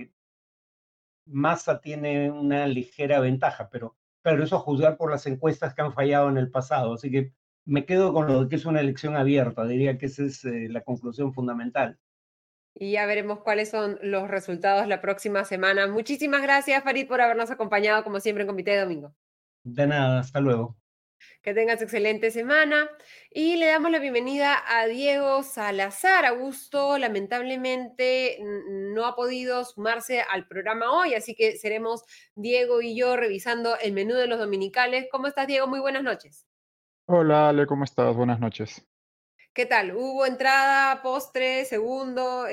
Massa tiene una ligera ventaja, pero claro, eso a juzgar por las encuestas que han fallado en el pasado. Así que me quedo con lo de que es una elección abierta, diría que esa es la conclusión fundamental. Y ya veremos cuáles son los resultados la próxima semana. Muchísimas gracias, Farid, por habernos acompañado, como siempre, en Comité de Domingo. De nada, hasta luego. Que tengas excelente semana. Y le damos la bienvenida a Diego Salazar. Augusto, lamentablemente, no ha podido sumarse al programa hoy, así que seremos Diego y yo revisando el menú de los dominicales. ¿Cómo estás, Diego? Muy buenas noches. Hola Ale, ¿cómo estás? Buenas noches. ¿Qué tal? ¿Hubo entrada, postre, segundo?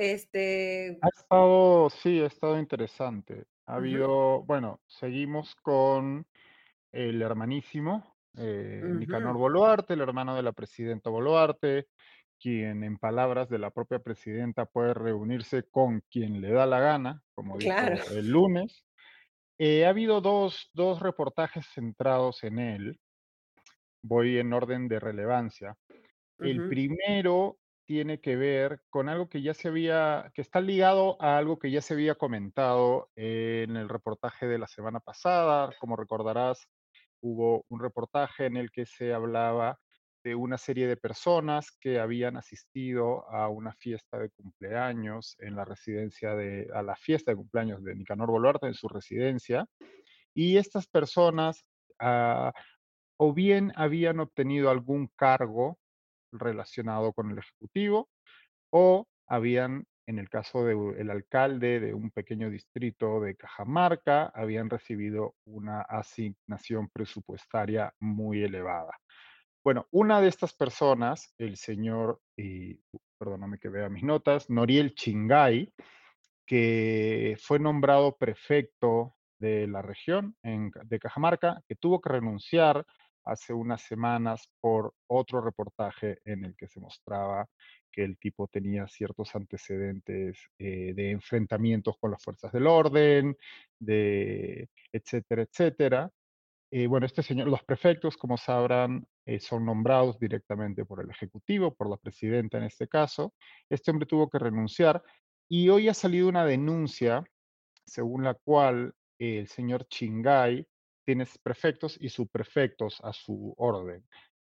Sí, ha estado interesante. Ha Ujú, habido, bueno, seguimos con el hermanísimo Nicanor ujú, Boluarte, el hermano de la presidenta Boluarte, quien en palabras de la propia presidenta puede reunirse con quien le da la gana, como claro. dijo el lunes. Ha habido dos reportajes centrados en él. Voy en orden de relevancia. El Ujú, primero tiene que ver con algo que está ligado a algo que ya se había comentado en el reportaje de la semana pasada. Como recordarás, hubo un reportaje en el que se hablaba de una serie de personas que habían asistido a una fiesta de cumpleaños en la a la fiesta de cumpleaños de Nicanor Boluarte en su residencia. Y estas personas, ah, o bien habían obtenido algún cargo relacionado con el ejecutivo, o habían, en el caso del alcalde de un pequeño distrito de Cajamarca, habían recibido una asignación presupuestaria muy elevada. Bueno, una de estas personas, el señor, perdóname que vea mis notas, Noriel Chingay, que fue nombrado prefecto de la región de Cajamarca, que tuvo que renunciar hace unas semanas por otro reportaje en el que se mostraba que el tipo tenía ciertos antecedentes de enfrentamientos con las fuerzas del orden, de etcétera, etcétera. Bueno, este señor, los prefectos, como sabrán, son nombrados directamente por el Ejecutivo, por la presidenta en este caso. Este hombre tuvo que renunciar y hoy ha salido una denuncia según la cual el señor Chingay tiene prefectos y subprefectos a su orden.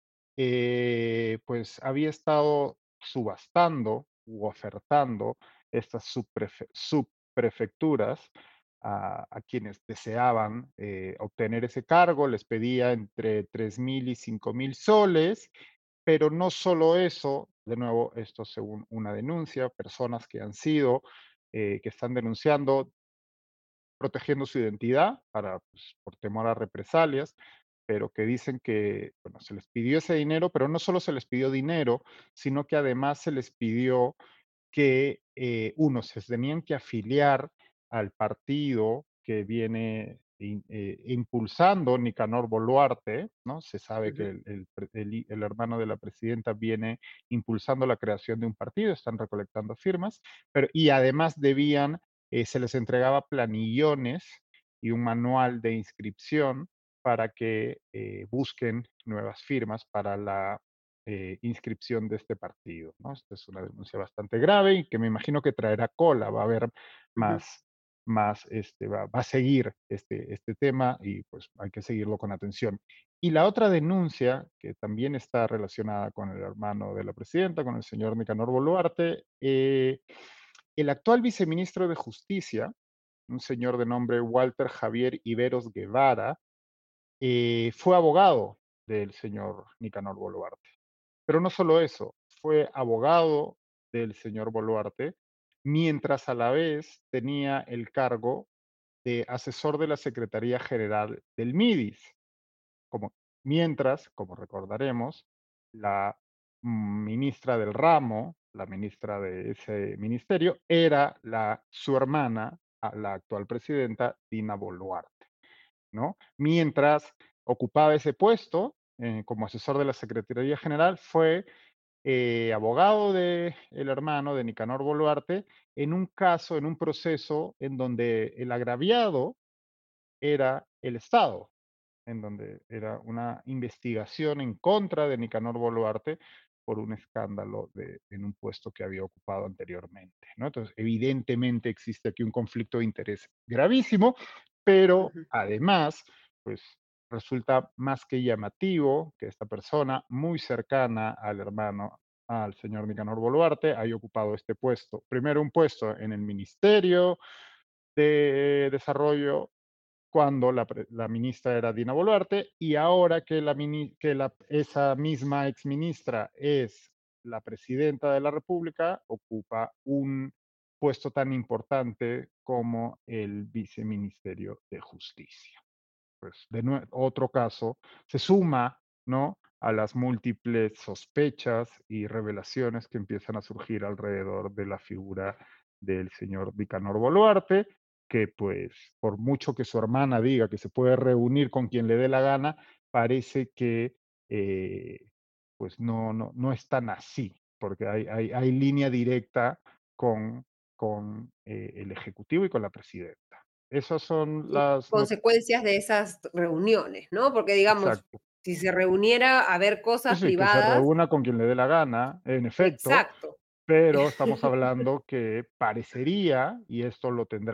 Pues había estado subastando u ofertando estas subprefecturas a quienes deseaban obtener ese cargo, les pedía entre 3,000 y 5,000 soles, pero no solo eso, de nuevo, esto según una denuncia, personas que han sido, que están denunciando protegiendo su identidad para, pues, por temor a represalias, pero que dicen que, bueno, se les pidió ese dinero, pero no solo se les pidió dinero, sino que además se les pidió que, uno, se tenían que afiliar al partido que viene impulsando Nicanor Boluarte, ¿no? Se sabe que ujú, el hermano de la presidenta viene impulsando la creación de un partido, están recolectando firmas, y además se les entregaba planillones y un manual de inscripción para que busquen nuevas firmas para la inscripción de este partido, ¿no? Esta es una denuncia bastante grave y que me imagino que traerá cola, va a haber ujú, más, va a seguir este tema y pues hay que seguirlo con atención. Y la otra denuncia, que también está relacionada con el hermano de la presidenta, con el señor Nicanor Boluarte, el actual viceministro de Justicia, un señor de nombre Walter Javier Iberos Guevara, fue abogado del señor Nicanor Boluarte. Pero no solo eso, fue abogado del señor Boluarte, mientras a la vez tenía el cargo de asesor de la Secretaría General del MIDIS. Como, mientras, como recordaremos, la ministra del ramo, la ministra de ese ministerio, era su hermana, la actual presidenta, Dina Boluarte, ¿no? Mientras ocupaba ese puesto como asesor de la Secretaría General, fue abogado del hermano de Nicanor Boluarte en un caso, en un proceso en donde el agraviado era el Estado, en donde era una investigación en contra de Nicanor Boluarte por un escándalo en un puesto que había ocupado anteriormente, ¿no? Entonces, evidentemente existe aquí un conflicto de interés gravísimo, pero ujú. además, pues resulta más que llamativo que esta persona muy cercana al hermano, al señor Nicanor Boluarte, haya ocupado este puesto. Primero un puesto en el Ministerio de Desarrollo cuando la ministra era Dina Boluarte y ahora que, esa misma exministra es la presidenta de la República, ocupa un puesto tan importante como el viceministerio de Justicia. Pues otro caso se suma, ¿no? A las múltiples sospechas y revelaciones que empiezan a surgir alrededor de la figura del señor Nicanor Boluarte, que pues por mucho que su hermana diga que se puede reunir con quien le dé la gana, parece que pues no es tan así, porque hay línea directa con, con el Ejecutivo y con la presidenta. Esas son Y las noticias. consecuencias de esas reuniones, ¿no? Porque, digamos, Exacto. Si se reuniera a ver Sí, cosas sí, que se privadas, reúna con quien le dé la gana, en efecto, exacto. pero estamos hablando que parecería, y esto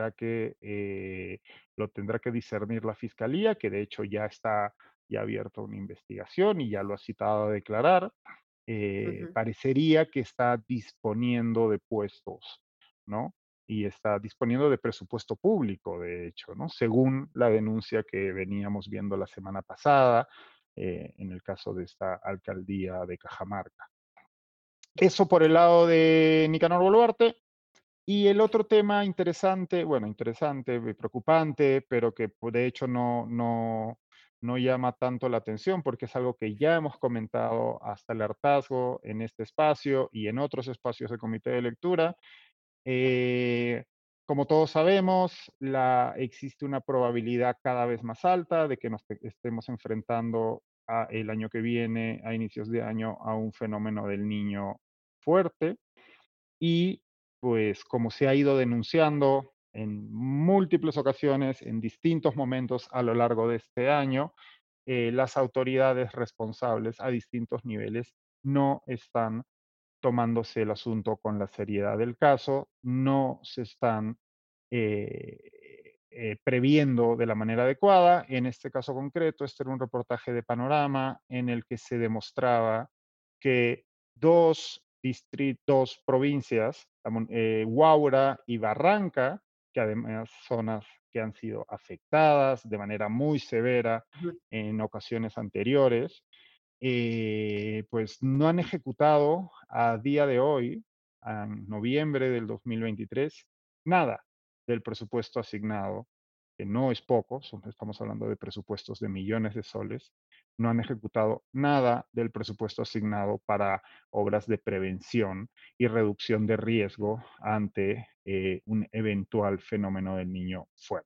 lo tendrá que discernir la fiscalía, que de hecho ya está ya abierta una investigación y ya lo ha citado a declarar, Ujú, parecería que está disponiendo de puestos, ¿no? Y está disponiendo de presupuesto público, de hecho, ¿no? Según la denuncia que veníamos viendo la semana pasada, en el caso de esta alcaldía de Cajamarca. Eso por el lado de Nicanor Boluarte. Y el otro tema interesante, bueno, interesante, preocupante, pero que de hecho no llama tanto la atención porque es algo que ya hemos comentado hasta el hartazgo en este espacio y en otros espacios del comité de lectura. Eh, Como todos sabemos, existe una probabilidad cada vez más alta de que nos estemos enfrentando el año que viene, a inicios de año, a un fenómeno del niño fuerte. Y pues como se ha ido denunciando en múltiples ocasiones, en distintos momentos a lo largo de este año, las autoridades responsables a distintos niveles no están tomándose el asunto con la seriedad del caso, no se están previendo de la manera adecuada. En este caso concreto, este era un reportaje de Panorama en el que se demostraba que dos provincias, Huaura y Barranca, que además zonas que han sido afectadas de manera muy severa ujú. en ocasiones anteriores, pues no han ejecutado a día de hoy, en noviembre del 2023, nada del presupuesto asignado, que no es poco, estamos hablando de presupuestos de millones de soles, no han ejecutado nada del presupuesto asignado para obras de prevención y reducción de riesgo ante un eventual fenómeno del niño fuerte.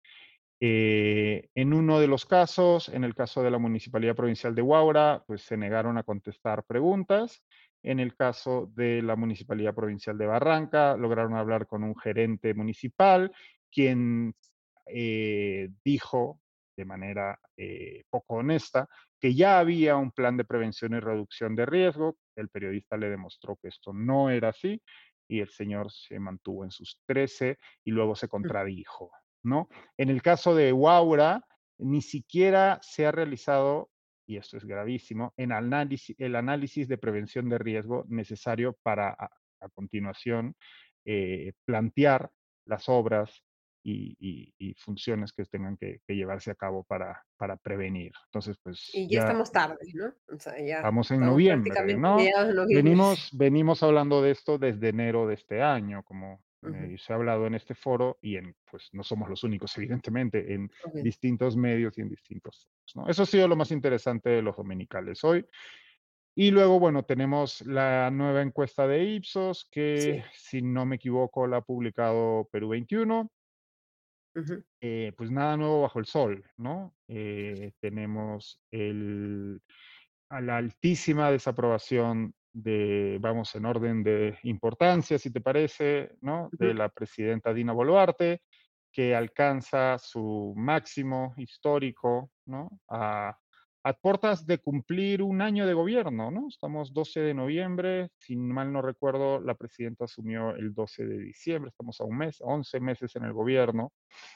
En uno de los casos, en el caso de la Municipalidad Provincial de Huaura, pues se negaron a contestar preguntas. En el caso de la Municipalidad Provincial de Barranca, lograron hablar con un gerente municipal, quien dijo de manera poco honesta que ya había un plan de prevención y reducción de riesgo. El periodista le demostró que esto no era así y el señor se mantuvo en sus 13 y luego se contradijo, ¿no? En el caso de Huaura, ni siquiera se ha realizado, y esto es gravísimo, el análisis de prevención de riesgo necesario para a continuación plantear las obras y funciones que tengan que llevarse a cabo para prevenir. Entonces, pues Y ya ya estamos tarde, ¿no? O sea, ya estamos en estamos noviembre, prácticamente a ¿no? mediados de noviembre, sí. Venimos hablando de esto desde enero de este año, como Ujú, se ha hablado en este foro y pues no somos los únicos, evidentemente, en okey, distintos medios y en distintos foros, ¿no? Eso ha sido lo más interesante de los dominicales hoy. Y luego, bueno, tenemos la nueva encuesta de Ipsos, que sí. si no me equivoco la ha publicado Perú 21. Ujú, Pues nada nuevo bajo el sol, ¿no? Tenemos a la altísima desaprobación vamos en orden de importancia, si te parece, ¿no? De ujú. la presidenta Dina Boluarte, que alcanza su máximo histórico, ¿no? A puertas de cumplir un año de gobierno, ¿no? Estamos 12 de noviembre, si mal no recuerdo, la presidenta asumió el 12 de diciembre, estamos a un mes, 11 meses en el gobierno.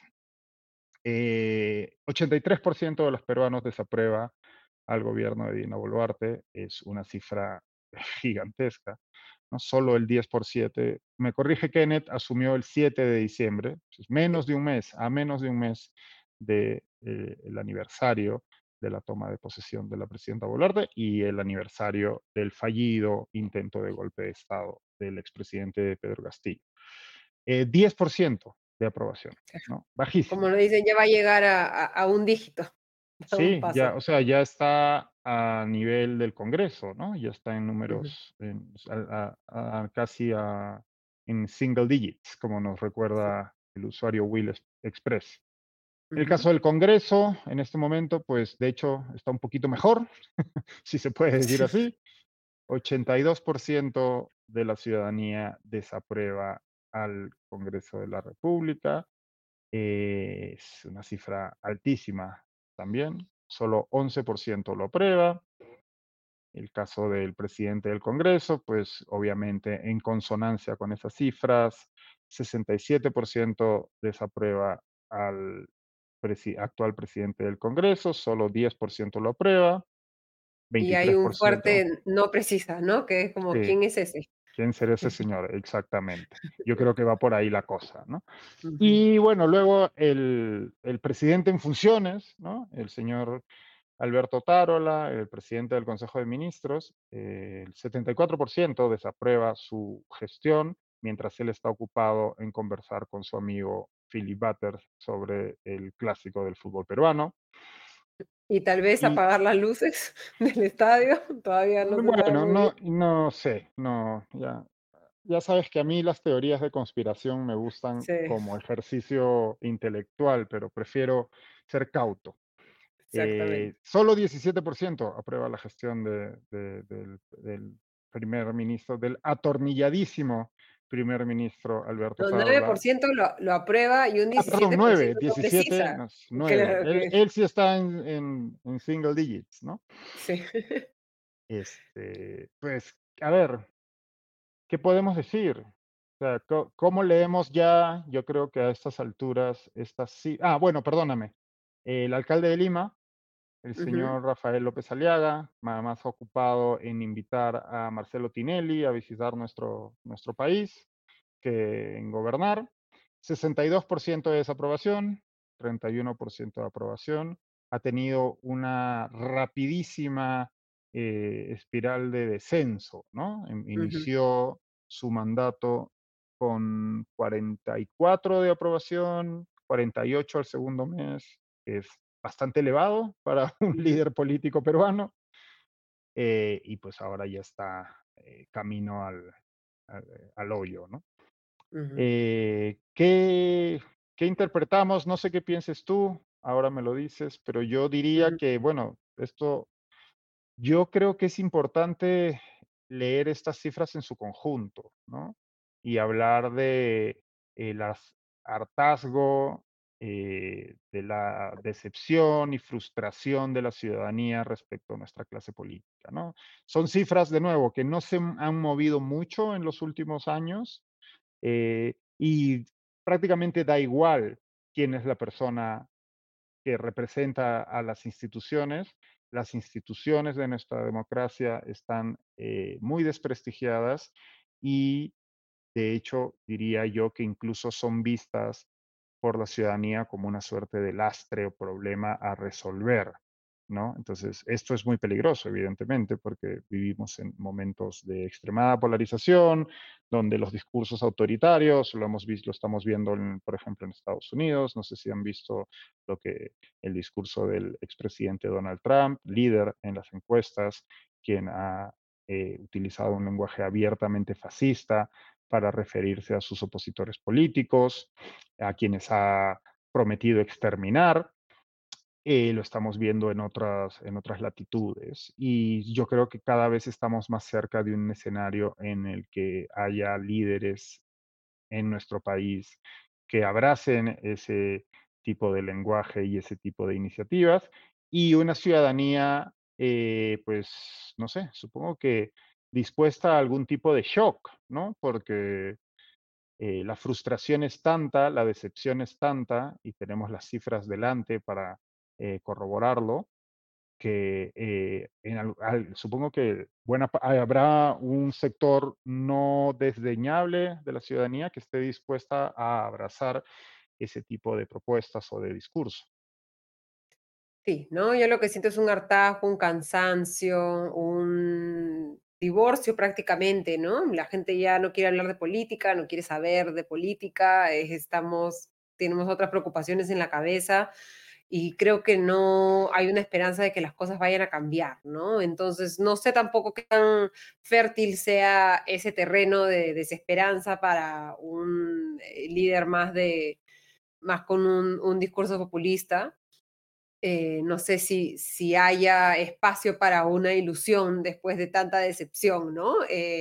83% de los peruanos desaprueba al gobierno de Dina Boluarte, es una cifra gigantesca, ¿no? Solo el 10%, me corrige Kenneth, asumió el 7 de diciembre, pues menos Sí. de un mes, a menos de un mes del el aniversario de la toma de posesión de la presidenta Boluarte y el aniversario del fallido intento de golpe de Estado del expresidente Pedro Castillo. 10% de aprobación, ¿no? Como Bajísimo. lo dicen, ya va a llegar a un dígito, a un Sí, ya, paso. o sea, ya está a nivel del Congreso, ¿no? Ya está en Ujú, números, casi en single digits, como nos sí. recuerda el usuario Will Express. En el Ujú. caso del Congreso, en este momento, pues de hecho está un poquito mejor, si se puede decir así. 82% de la ciudadanía desaprueba al Congreso de la República. Es una cifra altísima también. solo 11% lo aprueba. El caso del presidente del Congreso, pues obviamente en consonancia con esas cifras, 67% desaprueba al actual presidente del Congreso, solo 10% lo aprueba, Y hay un 23%, fuerte no precisa, ¿no? Que es como, sí, ¿quién es ese? ¿quién será ese señor? Exactamente. Yo creo que va por ahí la cosa, ¿no? Ujú. Y bueno, luego el presidente en funciones, ¿no? El señor Alberto Tarola, el presidente del Consejo de Ministros, el 74% desaprueba su gestión, mientras él está ocupado en conversar con su amigo Philip Butters sobre el clásico del fútbol peruano. Y tal vez Y apagar las luces del estadio, todavía no se sabe bueno, muy bien. no sé, no, ya sabes que a mí las teorías de conspiración me gustan Sí, como ejercicio intelectual, pero prefiero ser cauto. exactamente. Solo 17% aprueba la gestión del primer ministro, del atornilladísimo primer ministro Alberto No, Tarola. 9% lo aprueba y un Perdón, 9, 17% no 17, precisa. no, 9. Claro que Él sí está en single digits, ¿no? sí. Pues, a ver, ¿qué podemos decir? O sea, ¿cómo leemos ya? Yo creo que a estas alturas, estas sí. Ah, bueno, perdóname. El alcalde de Lima, el Ujú, señor Rafael López Aliaga, más ocupado en invitar a Marcelo Tinelli a visitar nuestro país que en gobernar. 62% de desaprobación, 31% de aprobación. Ha tenido una rapidísima espiral de descenso, ¿no? ujú, Inició su mandato con 44 de aprobación, 48 al segundo mes, que es bastante elevado para un ujú, líder político peruano, y pues ahora ya está camino al hoyo, ¿no? ujú, ¿Qué interpretamos? No sé qué pienses tú, ahora me lo dices, pero yo diría ujú, que, bueno, yo creo que es importante leer estas cifras en su conjunto, ¿no? Y hablar de el hartazgo, de la decepción y frustración de la ciudadanía respecto a nuestra clase política, ¿no? Son cifras, de nuevo, que no se han movido mucho en los últimos años, y prácticamente da igual quién es la persona que representa a las instituciones de nuestra democracia están muy desprestigiadas y de hecho diría yo que incluso son vistas por la ciudadanía como una suerte de lastre o problema a resolver, ¿no? Entonces, esto es muy peligroso, evidentemente, porque vivimos en momentos de extremada polarización, donde los discursos autoritarios, lo hemos visto, lo estamos viendo, por ejemplo, en Estados Unidos, no sé si han visto el discurso del expresidente Donald Trump, líder en las encuestas, quien ha utilizado un lenguaje abiertamente fascista para referirse a sus opositores políticos, a quienes ha prometido exterminar. Lo estamos viendo en otras latitudes y yo creo que cada vez estamos más cerca de un escenario en el que haya líderes en nuestro país que abracen ese tipo de lenguaje y ese tipo de iniciativas y una ciudadanía, pues, no sé, supongo que dispuesta a algún tipo de shock, ¿no? Porque la frustración es tanta, la decepción es tanta, y tenemos las cifras delante para corroborarlo, que supongo que habrá un sector no desdeñable de la ciudadanía que esté dispuesta a abrazar ese tipo de propuestas o de discurso. sí, ¿no? Yo lo que siento es un hartazgo, un cansancio, un divorcio prácticamente, ¿no? La gente ya no quiere hablar de política, no quiere saber de política, tenemos otras preocupaciones en la cabeza y creo que no hay una esperanza de que las cosas vayan a cambiar, ¿no? Entonces, no sé tampoco qué tan fértil sea ese terreno de desesperanza para un líder más con un discurso populista. No sé si haya espacio para una ilusión después de tanta decepción, ¿no?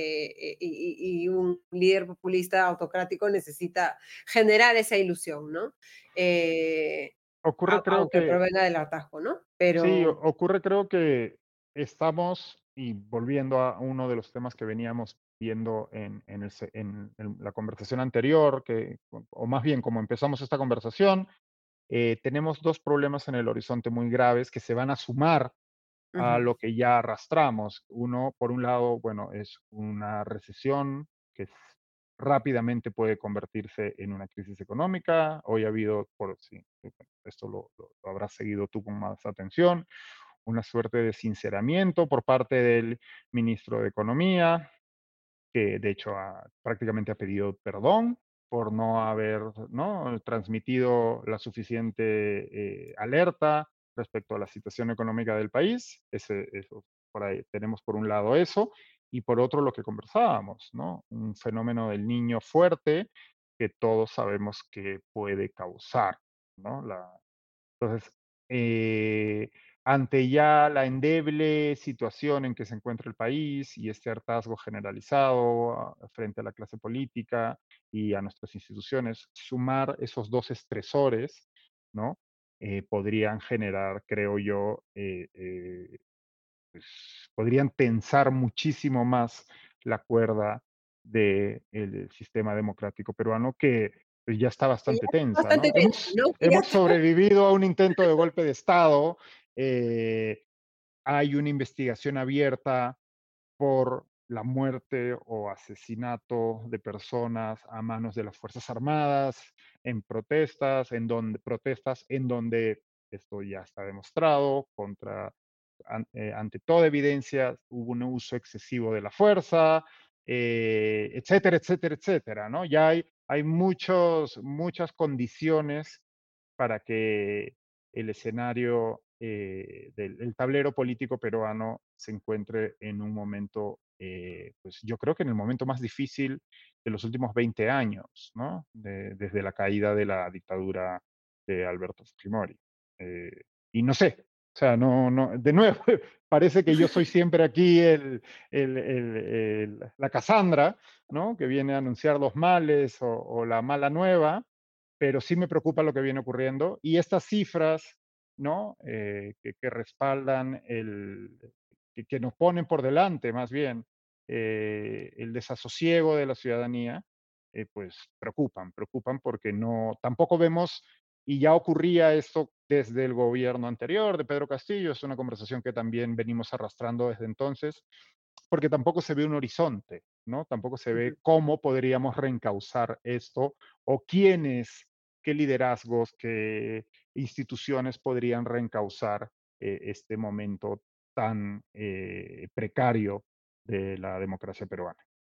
Y un líder populista autocrático necesita generar esa ilusión, ¿no? Ocurre, creo Aunque que provenga del hartazgo, ¿no? Sí, pero... ocurre, creo que estamos, y volviendo a uno de los temas que veníamos viendo en la conversación anterior, o más bien como empezamos esta conversación, tenemos dos problemas en el horizonte muy graves que se van a sumar a Ujú, lo que ya arrastramos. Uno, por un lado, bueno, es una recesión que rápidamente puede convertirse en una crisis económica. Hoy ha habido, sí, esto lo habrás seguido tú con más atención, una suerte de sinceramiento por parte del ministro de Economía, que de hecho prácticamente ha pedido perdón por no haber, ¿no?, transmitido la suficiente alerta respecto a la situación económica del país. Eso, por ahí tenemos por un lado eso, y por otro lo que conversábamos, ¿no? Un fenómeno del niño fuerte que todos sabemos que puede causar, ¿no? Entonces, eh, ante ya la endeble situación en que se encuentra el país y este hartazgo generalizado frente a la clase política y a nuestras instituciones, sumar esos dos estresores, ¿no? Podrían generar, creo yo, pues, podrían tensar muchísimo más la cuerda del sistema democrático peruano, que pues, ya está que ya bastante está tensa, bastante ¿no? tenso, ¿no? Que ya Hemos está... sobrevivido a un intento de golpe de Estado, eh, hay una investigación abierta por la muerte o asesinato de personas a manos de las Fuerzas Armadas, en protestas en donde esto ya está demostrado, ante toda evidencia hubo un uso excesivo de la fuerza, etcétera, etcétera, etcétera, ¿no? Ya hay muchas condiciones para que el escenario el tablero político peruano se encuentre en un momento, pues yo creo que en el momento más difícil de los últimos 20 años, ¿no? Desde la caída de la dictadura de Alberto Fujimori. Eh, y no sé, o sea, de nuevo, parece que yo soy siempre aquí la Casandra, ¿no? Que viene a anunciar los males o la mala nueva, pero sí me preocupa lo que viene ocurriendo. Y estas cifras, ¿no? Que respaldan que nos ponen por delante, más bien, el desasosiego de la ciudadanía, pues preocupan porque tampoco vemos, y ya ocurría esto desde el gobierno anterior de Pedro Castillo, es una conversación que también venimos arrastrando desde entonces, porque tampoco se ve un horizonte, ¿no? Tampoco se ve cómo podríamos reencauzar esto o qué liderazgos, qué instituciones podrían reencauzar este momento tan precario de la democracia peruana.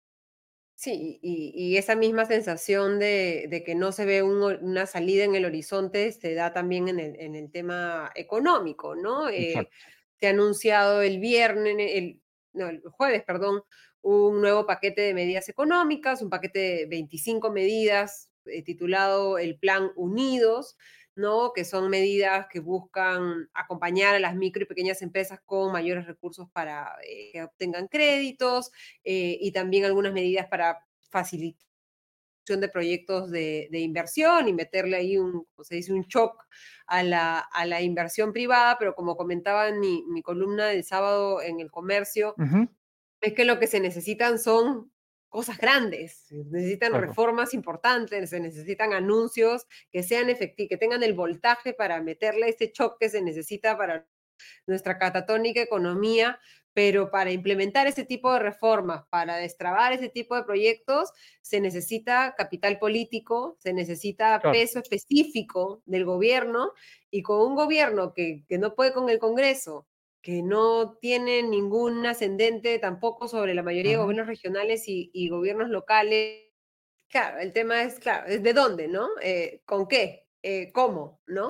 Sí, y esa misma sensación de que no se ve una salida en el horizonte se da también en el tema económico, ¿no? Exacto. Se ha anunciado el viernes, no, el jueves, perdón, un nuevo paquete de medidas económicas, un paquete de 25 medidas titulado el Plan Unidos, ¿no? Que son medidas que buscan acompañar a las micro y pequeñas empresas con mayores recursos para que obtengan créditos, y también algunas medidas para facilitación de proyectos de inversión y meterle ahí como se dice, un shock a la inversión privada, pero como comentaba en mi columna del sábado en El Comercio, Ujú. es que lo que se necesitan son cosas grandes, se necesitan Claro, reformas importantes, se necesitan anuncios que sean efectivos, que tengan el voltaje para meterle ese shock que se necesita para nuestra catatónica economía, pero para implementar ese tipo de reformas, para destrabar ese tipo de proyectos, se necesita capital político, se necesita claro. peso específico del gobierno, y con un gobierno que no puede con el Congreso, que no tiene ningún ascendente tampoco sobre la mayoría de Ujú. gobiernos regionales y gobiernos locales. Claro, el tema es, claro, es de dónde, ¿no? ¿Con qué? ¿Cómo? ¿No?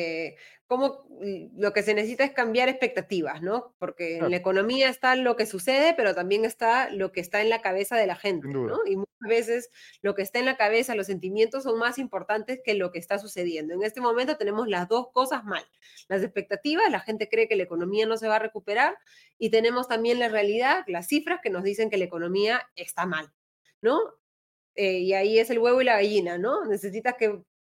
Lo que se necesita es cambiar expectativas, ¿no? Porque en la Claro, economía está lo que sucede, pero también está lo que está en la cabeza de la sin gente, ¿no? duda. Y muchas veces lo que está en la cabeza, los sentimientos son más importantes que lo que está sucediendo. En este momento tenemos las dos cosas mal. Las expectativas, la gente cree que la economía no se va a recuperar, y tenemos también la realidad, las cifras que nos dicen que la economía está mal, ¿no? Y ahí es el huevo y la gallina, ¿no? Necesitas que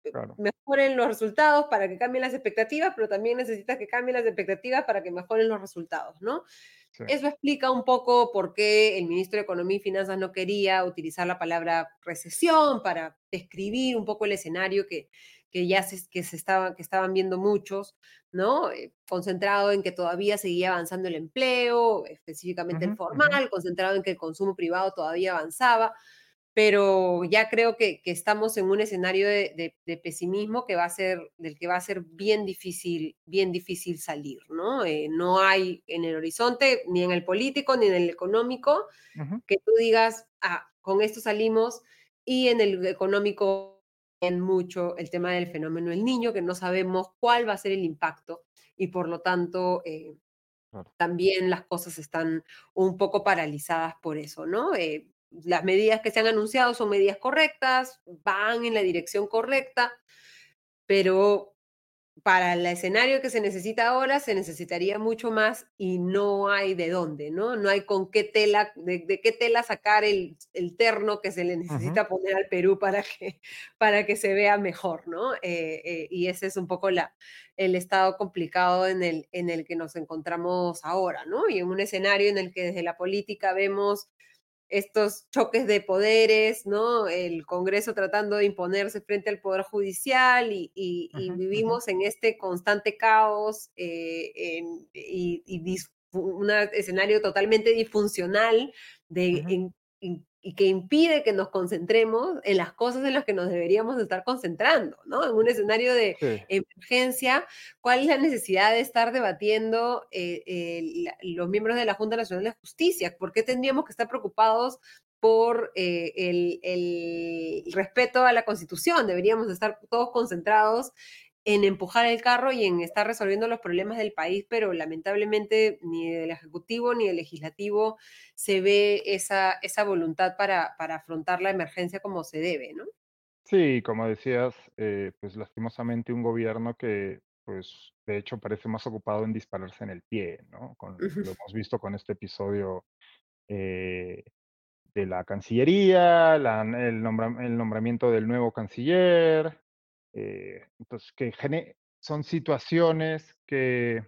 Claro. mejoren los resultados para que cambien las expectativas, pero también necesitas que cambien las expectativas para que mejoren los resultados, ¿no? Sí. Eso explica un poco por qué el ministro de Economía y Finanzas no quería utilizar la palabra recesión para describir un poco el escenario que estaban viendo muchos, ¿no? Concentrado en que todavía seguía avanzando el empleo, específicamente el Ujú, ujú. formal, concentrado en que el consumo privado todavía avanzaba, pero ya creo que estamos en un escenario de pesimismo del que va a ser bien difícil salir, ¿no? No hay en el horizonte, ni en el político, ni en el económico, Ujú. que tú digas, con esto salimos, y en el económico en mucho el tema del fenómeno del niño, que no sabemos cuál va a ser el impacto, y por lo tanto, Claro. también las cosas están un poco paralizadas por eso, ¿no? Las medidas que se han anunciado son medidas correctas, van en la dirección correcta, pero para el escenario que se necesita ahora, se necesitaría mucho más y no hay de dónde, ¿no? No hay con qué tela, de qué tela sacar el terno que se le Ujú. necesita poner al Perú para que se vea mejor, ¿no? Y ese es un poco el estado complicado en el que nos encontramos ahora, ¿no? Y en un escenario en el que desde la política vemos estos choques de poderes, ¿no? El Congreso tratando de imponerse frente al Poder Judicial y Ujú, ujú. vivimos en este constante caos un escenario totalmente disfuncional de, Ujú. y que impide que nos concentremos en las cosas en las que nos deberíamos estar concentrando, ¿no? En un escenario de Sí. emergencia, ¿cuál es la necesidad de estar debatiendo los miembros de la Junta Nacional de Justicia? ¿Por qué tendríamos que estar preocupados por el respeto a la Constitución? Deberíamos estar todos concentrados en empujar el carro y en estar resolviendo los problemas del país, pero lamentablemente ni del Ejecutivo ni del Legislativo se ve esa voluntad para afrontar la emergencia como se debe, ¿no? Sí, como decías, pues lastimosamente un gobierno que, pues, de hecho parece más ocupado en dispararse en el pie, ¿no? Ujú, Lo hemos visto con este episodio eh, de la Cancillería, el nombramiento del nuevo canciller. Entonces, son situaciones que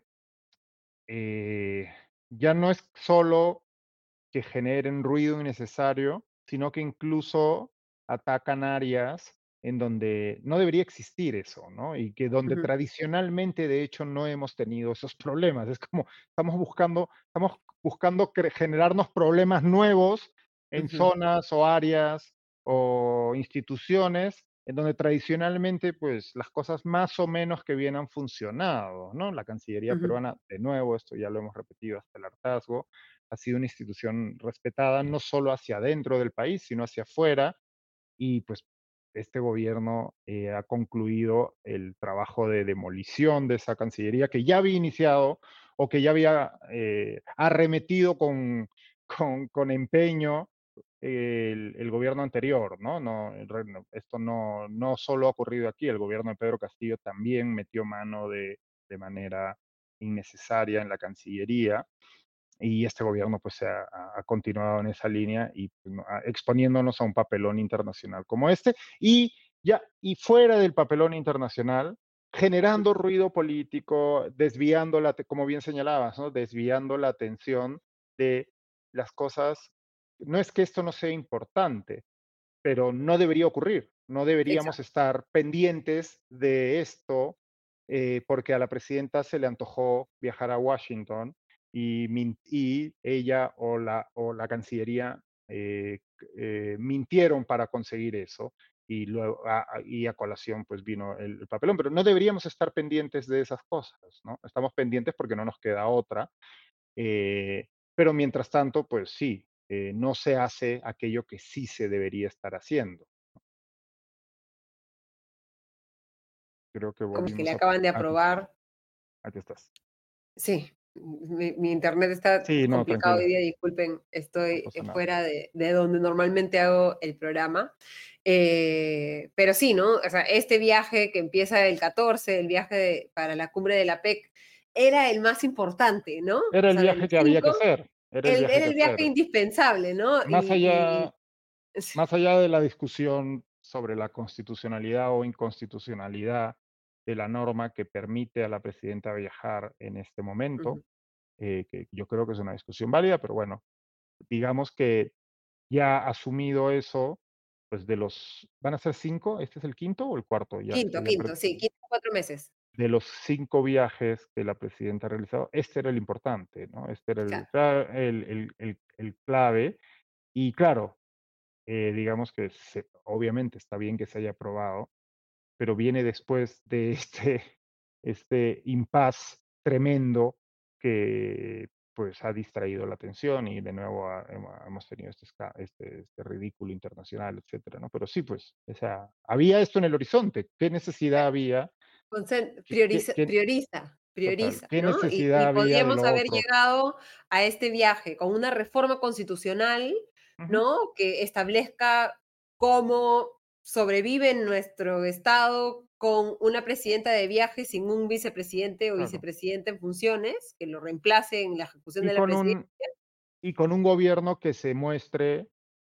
ya no es solo que generen ruido innecesario, sino que incluso atacan áreas en donde no debería existir eso, ¿no? Y que donde ujú, tradicionalmente, de hecho, no hemos tenido esos problemas. Es como estamos buscando generarnos problemas nuevos en ujú, zonas o áreas o instituciones en donde tradicionalmente, pues, las cosas más o menos que bien han funcionado, ¿no? La Cancillería ujú, peruana, de nuevo, esto ya lo hemos repetido hasta el hartazgo, ha sido una institución respetada no solo hacia adentro del país, sino hacia afuera. Y pues este gobierno ha concluido el trabajo de demolición de esa Cancillería que ya había iniciado o que ya había arremetido con empeño el gobierno anterior, ¿no? Esto no solo ha ocurrido aquí, el gobierno de Pedro Castillo también metió mano de manera innecesaria en la Cancillería y este gobierno pues ha continuado en esa línea y pues, exponiéndonos a un papelón internacional como este y fuera del papelón internacional generando ruido político, como bien señalabas, ¿no? Desviando la atención de las cosas. No es que esto no sea importante, pero no debería ocurrir. No deberíamos exacto. estar pendientes de esto porque a la presidenta se le antojó viajar a Washington y ella o la Cancillería mintieron para conseguir eso y luego y a colación pues vino el papelón, pero no deberíamos estar pendientes de esas cosas, ¿no? Estamos pendientes porque no nos queda otra, pero mientras tanto, pues sí, no se hace aquello que sí se debería estar haciendo. Creo que Como que le volvimos a... acaban de Aquí estás, aprobar. aquí estás. Sí, mi internet está Sí, no, complicado hoy tranquila, día, disculpen, no estoy pasa nada. fuera de donde normalmente hago el programa. Pero sí, ¿no? O sea, este viaje que empieza el 14, el viaje para la cumbre de la PEC, era el más importante, ¿no? Era O el sea, de viaje los que había que 5, hacer, era el viaje era que el viaje hacer. indispensable, ¿no? Más allá, más allá de la discusión sobre la constitucionalidad o inconstitucionalidad de la norma que permite a la presidenta viajar en este momento, Ujú. que yo creo que es una discusión válida, pero bueno, digamos que ya asumido eso, pues ¿van a ser 5? ¿Este es el quinto o el cuarto ya? Quinto, sí, quinto 4 meses. De los 5 viajes que la presidenta ha realizado, este era el importante, ¿no? Este era Claro. el clave. Y claro, digamos que obviamente está bien que se haya aprobado, pero viene después de este impasse tremendo que pues ha distraído la atención y de nuevo hemos tenido este ridículo internacional, etcétera, ¿no? Pero sí, pues, o sea, había esto en el horizonte. ¿Qué necesidad había? Prioriza, Total, prioriza, ¿qué ¿no? necesidad Y había de podíamos lo haber otro? llegado a este viaje con una reforma constitucional, Ujú, ¿no? Que establezca cómo sobrevive nuestro Estado con una presidenta de viaje sin un vicepresidente o claro. vicepresidenta en funciones que lo reemplace en la ejecución Y de la con presidencia. un gobierno que se muestre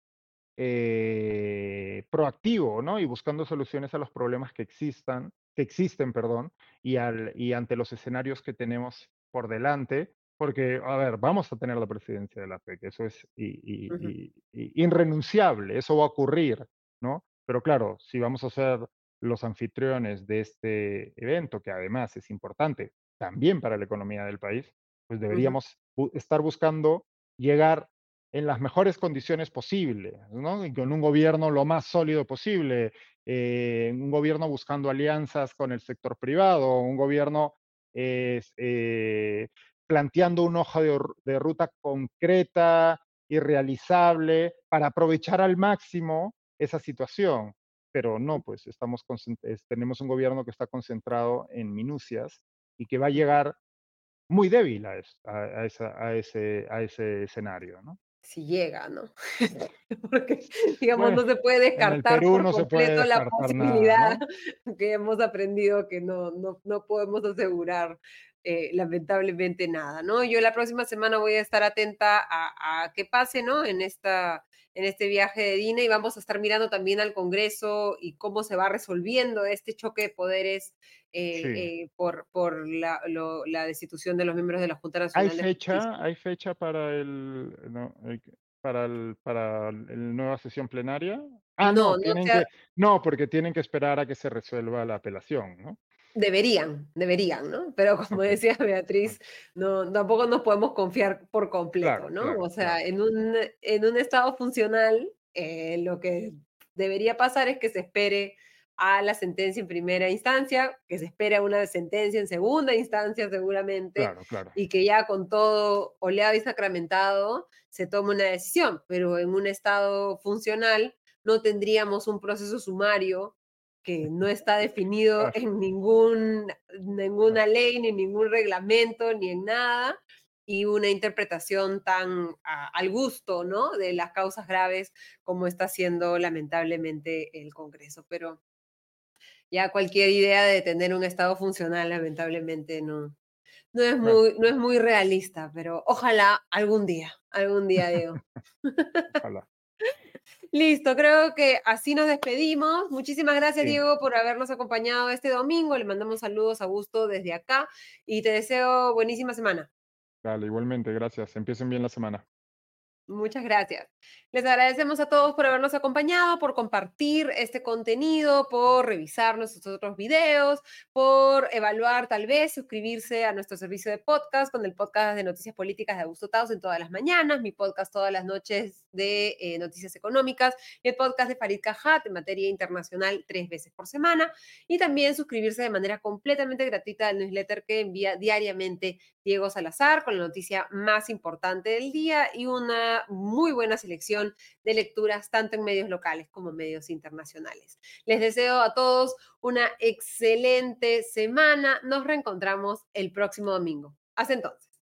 proactivo, ¿no? Y buscando soluciones a los problemas que existen, perdón, y ante los escenarios que tenemos por delante, porque, a ver, vamos a tener la presidencia de la FEC, eso es Ujú, irrenunciable, eso va a ocurrir, ¿no? Pero claro, si vamos a ser los anfitriones de este evento, que además es importante también para la economía del país, pues ujú, deberíamos estar buscando llegar en las mejores condiciones posibles, ¿no? Y con un gobierno lo más sólido posible, un gobierno buscando alianzas con el sector privado, un gobierno planteando una hoja de ruta concreta y realizable para aprovechar al máximo esa situación. Pero no, pues tenemos un gobierno que está concentrado en minucias y que va a ujú. llegar muy débil a ese escenario, ¿no? Si llega, ¿no? Porque, digamos, Bueno, no se puede en el descartar Perú por no se puede completo la descartar nada, posibilidad ¿no? que hemos aprendido que no podemos asegurar, lamentablemente nada, ¿no? Yo la próxima semana voy a estar atenta a qué pase, ¿no? En este viaje de Dina y vamos a estar mirando también al Congreso y cómo se va resolviendo este choque de poderes Sí. por la destitución de los miembros de la Junta Nacional de Justicia. Hay fecha para no, el nueva sesión plenaria? Ah, No, no, no se ha, no, porque tienen que esperar a que se resuelva la apelación, ¿no? deberían, ¿no? Pero como Okey, decía okey. Beatriz, no, tampoco nos podemos confiar por completo, Claro, ¿no? O claro, sea, claro. en un estado funcional, lo que debería pasar es que se espere a la sentencia en primera instancia, que se espere a una sentencia en segunda instancia seguramente, Claro, claro. y que ya con todo oleado y sacramentado se tome una decisión. Pero en un estado funcional no tendríamos un proceso sumario que no está definido Claro, en claro. ninguna ley, ni en ningún reglamento, ni en nada, y una interpretación tan al gusto, ¿no? De las causas graves como está haciendo lamentablemente el Congreso. Pero ya cualquier idea de tener un Estado funcional, lamentablemente Bueno, no es muy realista, pero ojalá algún día, Diego. ojalá. Listo, creo que así nos despedimos. Muchísimas gracias, Sí, Diego, por habernos acompañado este domingo. Le mandamos saludos a Gusto desde acá y te deseo buenísima semana. dale, igualmente, gracias. Empiecen bien la semana. Muchas gracias. Les agradecemos a todos por habernos acompañado, por compartir este contenido, por revisar nuestros otros videos, por evaluar tal vez, suscribirse a nuestro servicio de podcast con el podcast de Noticias Políticas de Augusto Taus en todas las mañanas, mi podcast todas las noches de Noticias Económicas y el podcast de Farid Cajat en materia internacional 3 veces por semana y también suscribirse de manera completamente gratuita al newsletter que envía diariamente Diego Salazar con la noticia más importante del día y una muy buena selección de lecturas tanto en medios locales como en medios internacionales. Les deseo a todos una excelente semana. Nos reencontramos el próximo domingo. Hasta entonces.